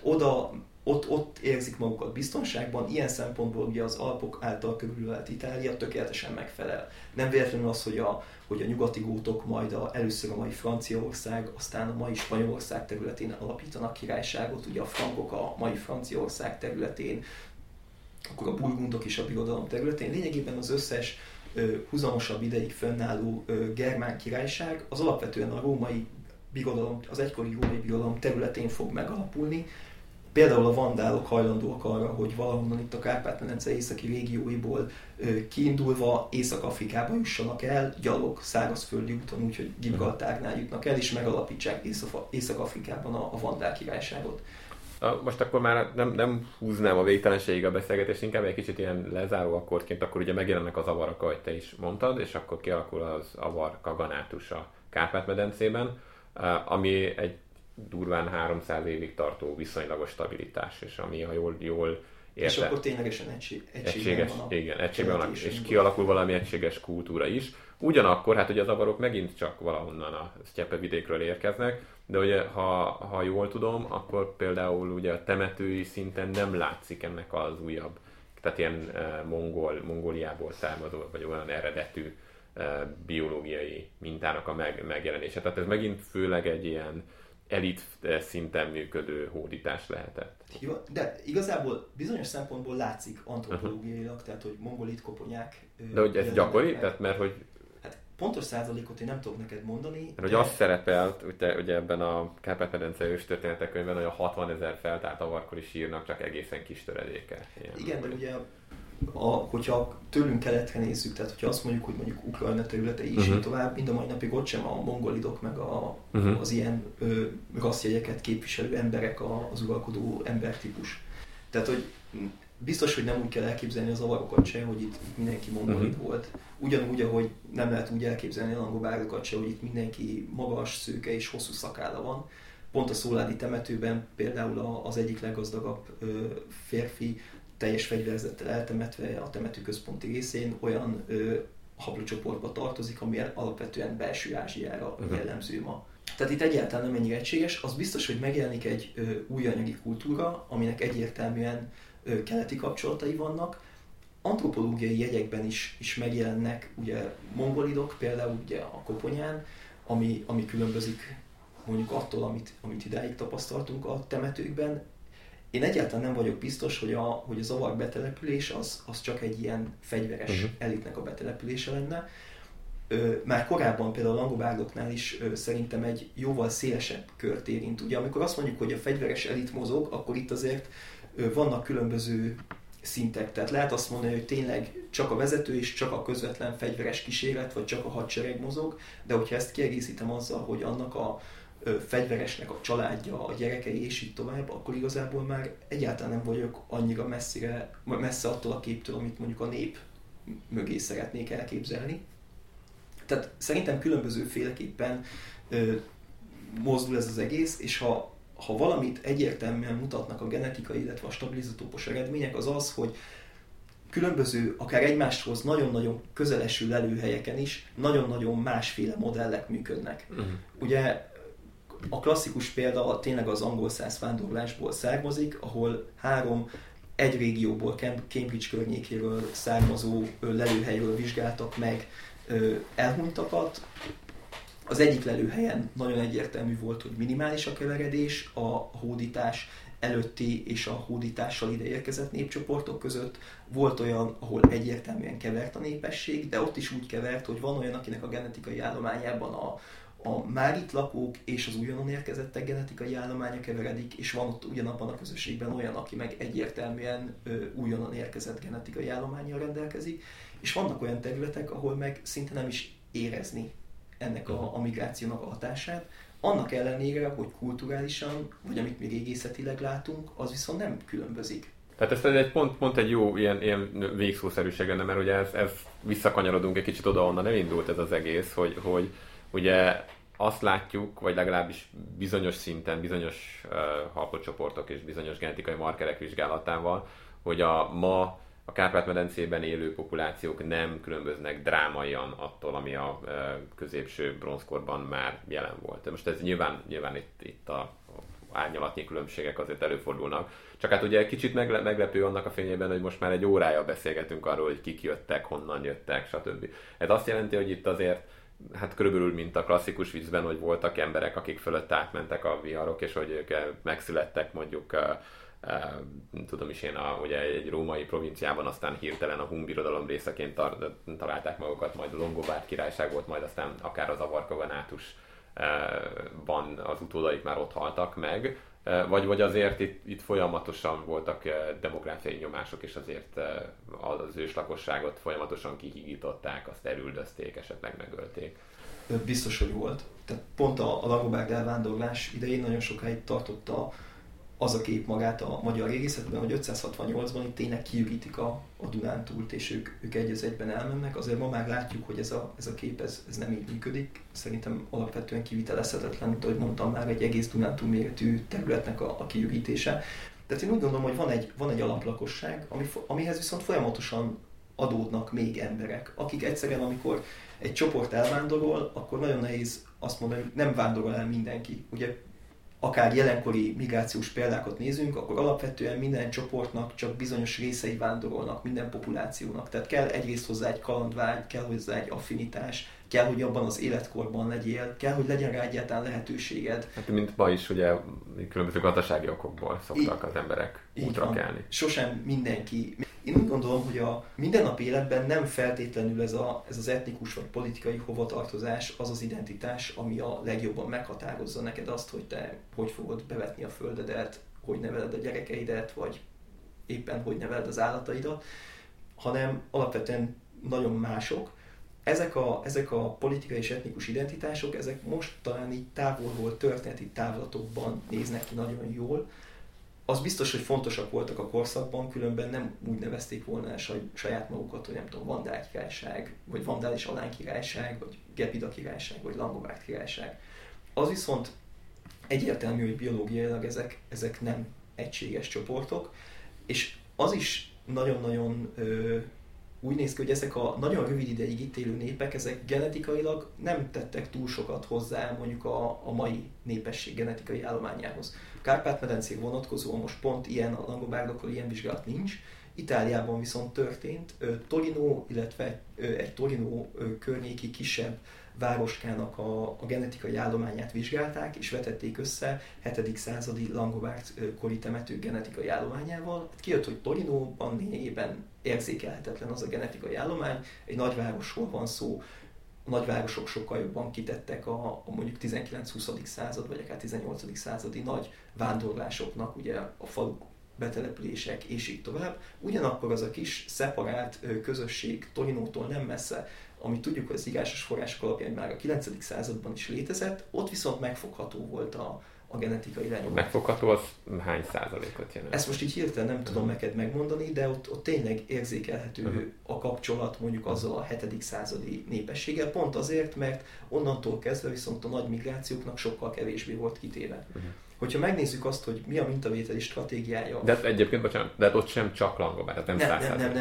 ott érzik magukat biztonságban, ilyen szempontból ugye az Alpok által körülölelt Itália tökéletesen megfelel. Nem véletlenül az, hogy a nyugati gótok majd először a mai Franciaország, aztán a mai Spanyolország területén alapítanak királyságot, ugye a frankok a mai Franciaország területén, akkor a burgundok is a birodalom területén. Lényegében az összes huzamosabb ideig fönnálló germán királyság az alapvetően a római birodalom, az egykori római birodalom területén fog megalapulni. Például a vandálok hajlandóak arra, hogy valahonnan itt a Kárpát-medence északi régióiból kiindulva Észak-Afrikába jussanak el, gyalog, szárazföldi úton, úgyhogy Gibraltárnál jutnak el, és megalapítsák Észak-Afrikában a vandál királyságot. Most akkor már nem húznám a végtelenségig a beszélgetést, inkább egy kicsit ilyen lezáró akkordként, akkor ugye megjelennek az avarok, ahogy te is mondtad, és akkor kialakul az avar kaganátus a Kárpát-medencében, ami egy durván 300 évig tartó viszonylagos stabilitás, és ami, ha jól és akkor ténylegesen egységben van, és kialakul valami egységes kultúra is. Ugyanakkor, hát ugye az avarok megint csak valahonnan a sztyepevidékről érkeznek, de ugye, ha jól tudom, akkor például ugye a temetői szinten nem látszik ennek az újabb, tehát ilyen Mongóliából származó, vagy olyan eredetű biológiai mintának a megjelenése. Tehát ez megint főleg egy ilyen elit szinten működő hódítás lehetett. De igazából bizonyos szempontból látszik antropológiailag, tehát hogy mongolit koponyák. De hogy ez gyakori? Tehát mert hogy... Hát pontos százalékot én nem tudok neked mondani. Mert hogy az szerepelt ugye ebben a Kárpát-medence őstörténetek könyvben, hogy a 60 000 feltárt avarkori sírnak csak egészen kis töredéke. Igen, de ugye hogyha tőlünk keletre nézzük, tehát hogyha azt mondjuk, hogy mondjuk Ukrajna területei is így tovább, mind a mai napig ott sem a mongolidok, meg az ilyen rasszjegyeket képviselő emberek az uralkodó embertípus. Tehát, hogy biztos, hogy nem úgy kell elképzelni az avarokat se, hogy itt mindenki mongolid volt. Ugyanúgy, ahogy nem lehet úgy elképzelni a langobárdokat se, hogy itt mindenki magas, szőke és hosszú szakálla van. Pont a Szóládi temetőben például az egyik leggazdagabb férfi teljes fegyverzettel eltemetve a temető központi részén olyan haplócsoportba tartozik, ami alapvetően belső Ázsiára jellemző ma. Tehát itt egyáltalán nem ennyire egységes. Az biztos, hogy megjelenik egy új anyagi kultúra, aminek egyértelműen keleti kapcsolatai vannak. Antropológiai jegyekben is megjelennek ugye mongolidok, például ugye a koponyán, ami különbözik mondjuk attól, amit idáig tapasztaltunk a temetőkben. Én egyáltalán nem vagyok biztos, hogy az avar betelepülés az csak egy ilyen fegyveres elitnek a betelepülése lenne. Már korábban például a langobárdoknál is szerintem egy jóval szélesebb kört érint. Ugye amikor azt mondjuk, hogy a fegyveres elit mozog, akkor itt azért vannak különböző szintek. Tehát lehet azt mondani, hogy tényleg csak a vezető és csak a közvetlen fegyveres kíséret, vagy csak a hadsereg mozog, de hogyha ezt kiegészítem azzal, hogy annak a fegyveresnek a családja, a gyerekei és így tovább, akkor igazából már egyáltalán nem vagyok annyira messze attól a képtől, amit mondjuk a nép mögé szeretnék elképzelni. Tehát szerintem különbözőféleképpen mozdul ez az egész, és ha valamit egyértelműen mutatnak a genetikai, illetve a stabilizatópos eredmények, az az, hogy különböző, akár egymáshoz nagyon-nagyon közeleső lelőhelyeken is nagyon-nagyon másféle modellek működnek. Ugye a klasszikus példa tényleg az angol száz vándorlásból származik, ahol 3 egy régióból, Cambridge környékéről származó lelőhelyről vizsgáltak meg elhunytakat. Az egyik lelőhelyen nagyon egyértelmű volt, hogy minimális a keveredés a hódítás előtti és a hódítással ideérkezett népcsoportok között. Volt olyan, ahol egyértelműen kevert a népesség, de ott is úgy kevert, hogy van olyan, akinek a genetikai állományában a már itt lakók és az újonnan érkezettek genetikai állománya keveredik, és van ott ugyanabban a közösségben olyan, aki meg egyértelműen újonnan érkezett genetikai állománnyal rendelkezik, és vannak olyan területek, ahol meg szinte nem is érezni ennek a migrációnak a hatását. Annak ellenére, hogy kulturálisan, vagy amit mi régészetileg látunk, az viszont nem különbözik. Tehát ez pont egy jó ilyen végszószerűség lenne, mert ugye ez visszakanyarodunk egy kicsit oda, onnan elindult ez az egész, hogy ugye azt látjuk, vagy legalábbis bizonyos szinten, bizonyos halkocsoportok és bizonyos genetikai markerek vizsgálatával, hogy ma a Kárpát-medencében élő populációk nem különböznek drámaian attól, ami a középső bronzkorban már jelen volt. De most ez nyilván itt a árnyalatnyi különbségek azért előfordulnak. Csak hát ugye kicsit meglepő annak a fényében, hogy most már egy órája beszélgetünk arról, hogy kik jöttek, honnan jöttek, stb. Ez azt jelenti, hogy itt azért hát körülbelül mint a klasszikus viccben, hogy voltak emberek, akik fölött átmentek a viharok, és hogy ők megszülettek mondjuk tudom is én, ugye egy római provinciában, aztán hirtelen a hun birodalom részeként találták magukat, majd a Longobárd királyság volt, majd aztán akár az avar kognatusban az utódaik már ott haltak meg, vagy azért itt folyamatosan voltak demográfiai nyomások, és azért az őslakosságot folyamatosan kihigították, azt elüldözték, esetleg megölték. Biztos, hogy volt. Tehát pont a Langobárd elvándorlás idején nagyon sokáig tartott az a kép magát a magyar régészetben, hogy 568-ban itt tényleg kiürítik a Dunántúlt, és ők egy az egyben elmennek. Azért ma már látjuk, hogy ez a kép ez nem így működik. Szerintem alapvetően kivitelezhetetlen, mint ahogy mondtam már, egy egész Dunántúl méretű területnek a kiürítése. Tehát én úgy gondolom, hogy van egy alaplakosság, amihez viszont folyamatosan adódnak még emberek, akik egyszerűen, amikor egy csoport elvándorol, akkor nagyon nehéz azt mondani, hogy nem vándorol el mindenki. Ugye akár jelenkori migrációs példákat nézünk, akkor alapvetően minden csoportnak csak bizonyos részei vándorolnak, minden populációnak. Tehát kell egyrészt hozzá egy kalandvágy, kell hozzá egy affinitás, kell, hogy abban az életkorban legyél, kell, hogy legyen rá egyáltalán lehetőséged. Hát mint ma is, ugye különböző gazdasági okokból szoktak az emberek útra kelni. Sosem mindenki. Én úgy gondolom, hogy a mindennapi életben nem feltétlenül ez az etnikus vagy politikai hovatartozás az az identitás, ami a legjobban meghatározza neked azt, hogy te hogy fogod bevetni a földedet, hogy neveled a gyerekeidet, vagy éppen hogy neveled az állataidat, hanem alapvetően nagyon mások. Ezek a politikai és etnikus identitások, ezek most talán így távolról, történeti távlatokban néznek ki nagyon jól. Az biztos, hogy fontosak voltak a korszakban, különben nem úgy nevezték volna el saját magukat, hogy nem tudom, Vandál királyság, vagy Vandál és Alán királyság, vagy Gepida királyság, vagy Langobárd királyság. Az viszont egyértelmű, hogy biológiailag ezek nem egységes csoportok, és az is nagyon-nagyon úgy néz ki, hogy ezek a nagyon rövid ideig itt élő népek, ezek genetikailag nem tettek túl sokat hozzá mondjuk a mai népesség genetikai állományához. A Kárpát-medencére vonatkozóan most pont ilyen, a langobardokkal ilyen vizsgálat nincs. Itáliában viszont történt, Torino, illetve egy Torino környéki kisebb városkának a genetikai állományát vizsgálták, és vetették össze 7. századi langobárd kori temetők genetikai állományával. Kijött, hogy Torinóban lényegében érzékelhetetlen az a genetikai állomány, egy nagyvárosról van szó, a nagyvárosok sokkal jobban kitettek a mondjuk 19-20. század, vagy akár 18. századi nagy vándorlásoknak, ugye a faluk, betelepülések, és így tovább. Ugyanakkor az a kis szeparált közösség Torinótól nem messze, amit tudjuk, hogy az írásos források alapján már a 9. században is létezett, ott viszont megfogható volt a genetikai lenyomás. Megfogható az hány százalékot jelent? Ezt most így hirtelen nem tudom neked megmondani, de ott tényleg érzékelhető a kapcsolat mondjuk azzal a 7. századi népességgel, pont azért, mert onnantól kezdve viszont a nagy migrációknak sokkal kevésbé volt kitéve. Hogyha megnézzük azt, hogy mi a mintavételi stratégiája... De egyébként, bocsánat, de ott sem csak langobárd, tehát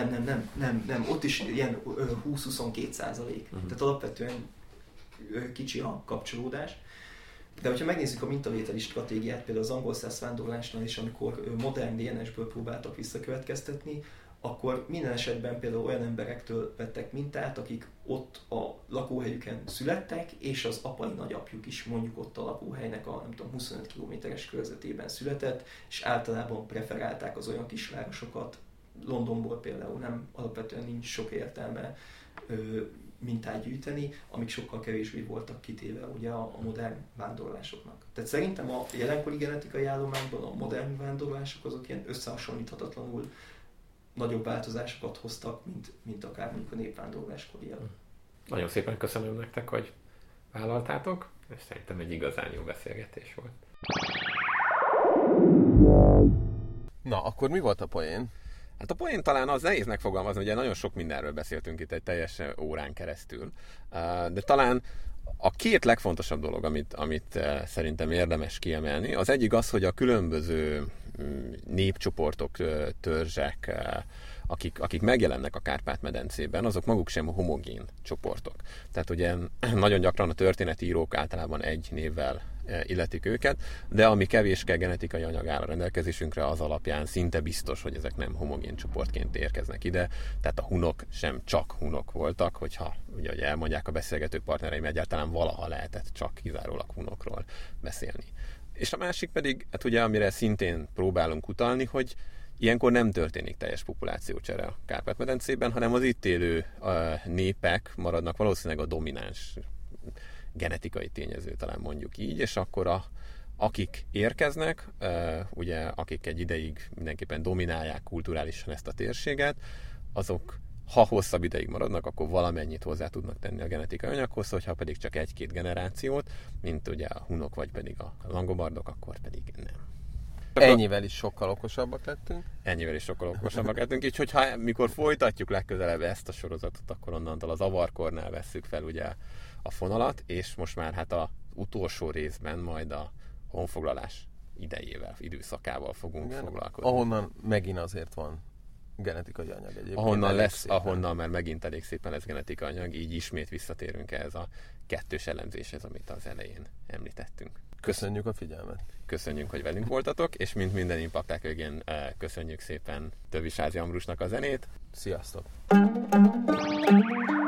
nem, ott is ilyen 20-22%. Tehát alapvetően kicsi a kapcsolódás. De hogyha megnézzük a mintavételi stratégiát, például az angol-szász vándorlásnál is, amikor modern DNS-ből próbáltak visszakövetkeztetni, akkor minden esetben például olyan emberektől vettek mintát, akik ott a lakóhelyüken születtek, és az apai nagyapjuk is mondjuk ott a lakóhelynek a 25 kilométeres körzetében született, és általában preferálták az olyan kisvárosokat. Londonból például alapvetően nincs sok értelme mintát gyűjteni, amik sokkal kevésbé voltak kitéve ugye a modern vándorlásoknak. Tehát szerintem a jelenkori genetikai állományban a modern vándorlások azok ilyen összehasonlíthatatlanul nagyobb változásokat hoztak, mint akár mondjuk a népvándorlás koriában. Nagyon szépen köszönöm nektek, hogy vállaltátok, és szerintem egy igazán jó beszélgetés volt. Na, akkor mi volt a poén? Hát a poén talán az nehéz megfogalmazni, ugye nagyon sok mindenről beszéltünk itt egy teljes órán keresztül, de talán a két legfontosabb dolog, amit szerintem érdemes kiemelni, az egyik az, hogy a különböző népcsoportok, törzsek, akik megjelennek a Kárpát-medencében, azok maguk sem homogén csoportok. Tehát ugye nagyon gyakran a történetírók általában egy névvel illetik őket, de ami kevéske genetikai anyag áll a rendelkezésünkre, az alapján szinte biztos, hogy ezek nem homogén csoportként érkeznek ide. Tehát a hunok sem csak hunok voltak, hogyha ugye elmondják a beszélgető partnereim, egyáltalán valaha lehetett csak kizárólag hunokról beszélni. És a másik pedig, hát ugye amire szintén próbálunk utalni, hogy ilyenkor nem történik teljes populációcsere a Kárpát-medencében, hanem az itt élő népek maradnak valószínűleg a domináns genetikai tényező, talán mondjuk így, és akkor akik érkeznek, ugye akik egy ideig mindenképpen dominálják kulturálisan ezt a térséget, azok ha hosszabb ideig maradnak, akkor valamennyit hozzá tudnak tenni a genetikai anyaghoz, hogyha pedig csak egy-két generációt, mint ugye a hunok vagy pedig a langobardok, akkor pedig nem. Ennyivel is sokkal okosabbak lettünk. Így, hogyha mikor folytatjuk legközelebb ezt a sorozatot, akkor onnantól az avarkornál vesszük fel ugye a fonalat, és most már hát az utolsó részben majd a honfoglalás idejével, időszakával fogunk foglalkozni. Ahonnan megint azért van genetikai anyag egyébként. Ahonnan már megint elég szépen lesz genetikai anyag, így ismét visszatérünk ehhez a kettős elemzéshez, amit az elején említettünk. Köszönjük a figyelmet. Köszönjük, hogy velünk voltatok, és mint minden impakták végén köszönjük szépen Tövisázi Ambrusnak a zenét. Sziasztok!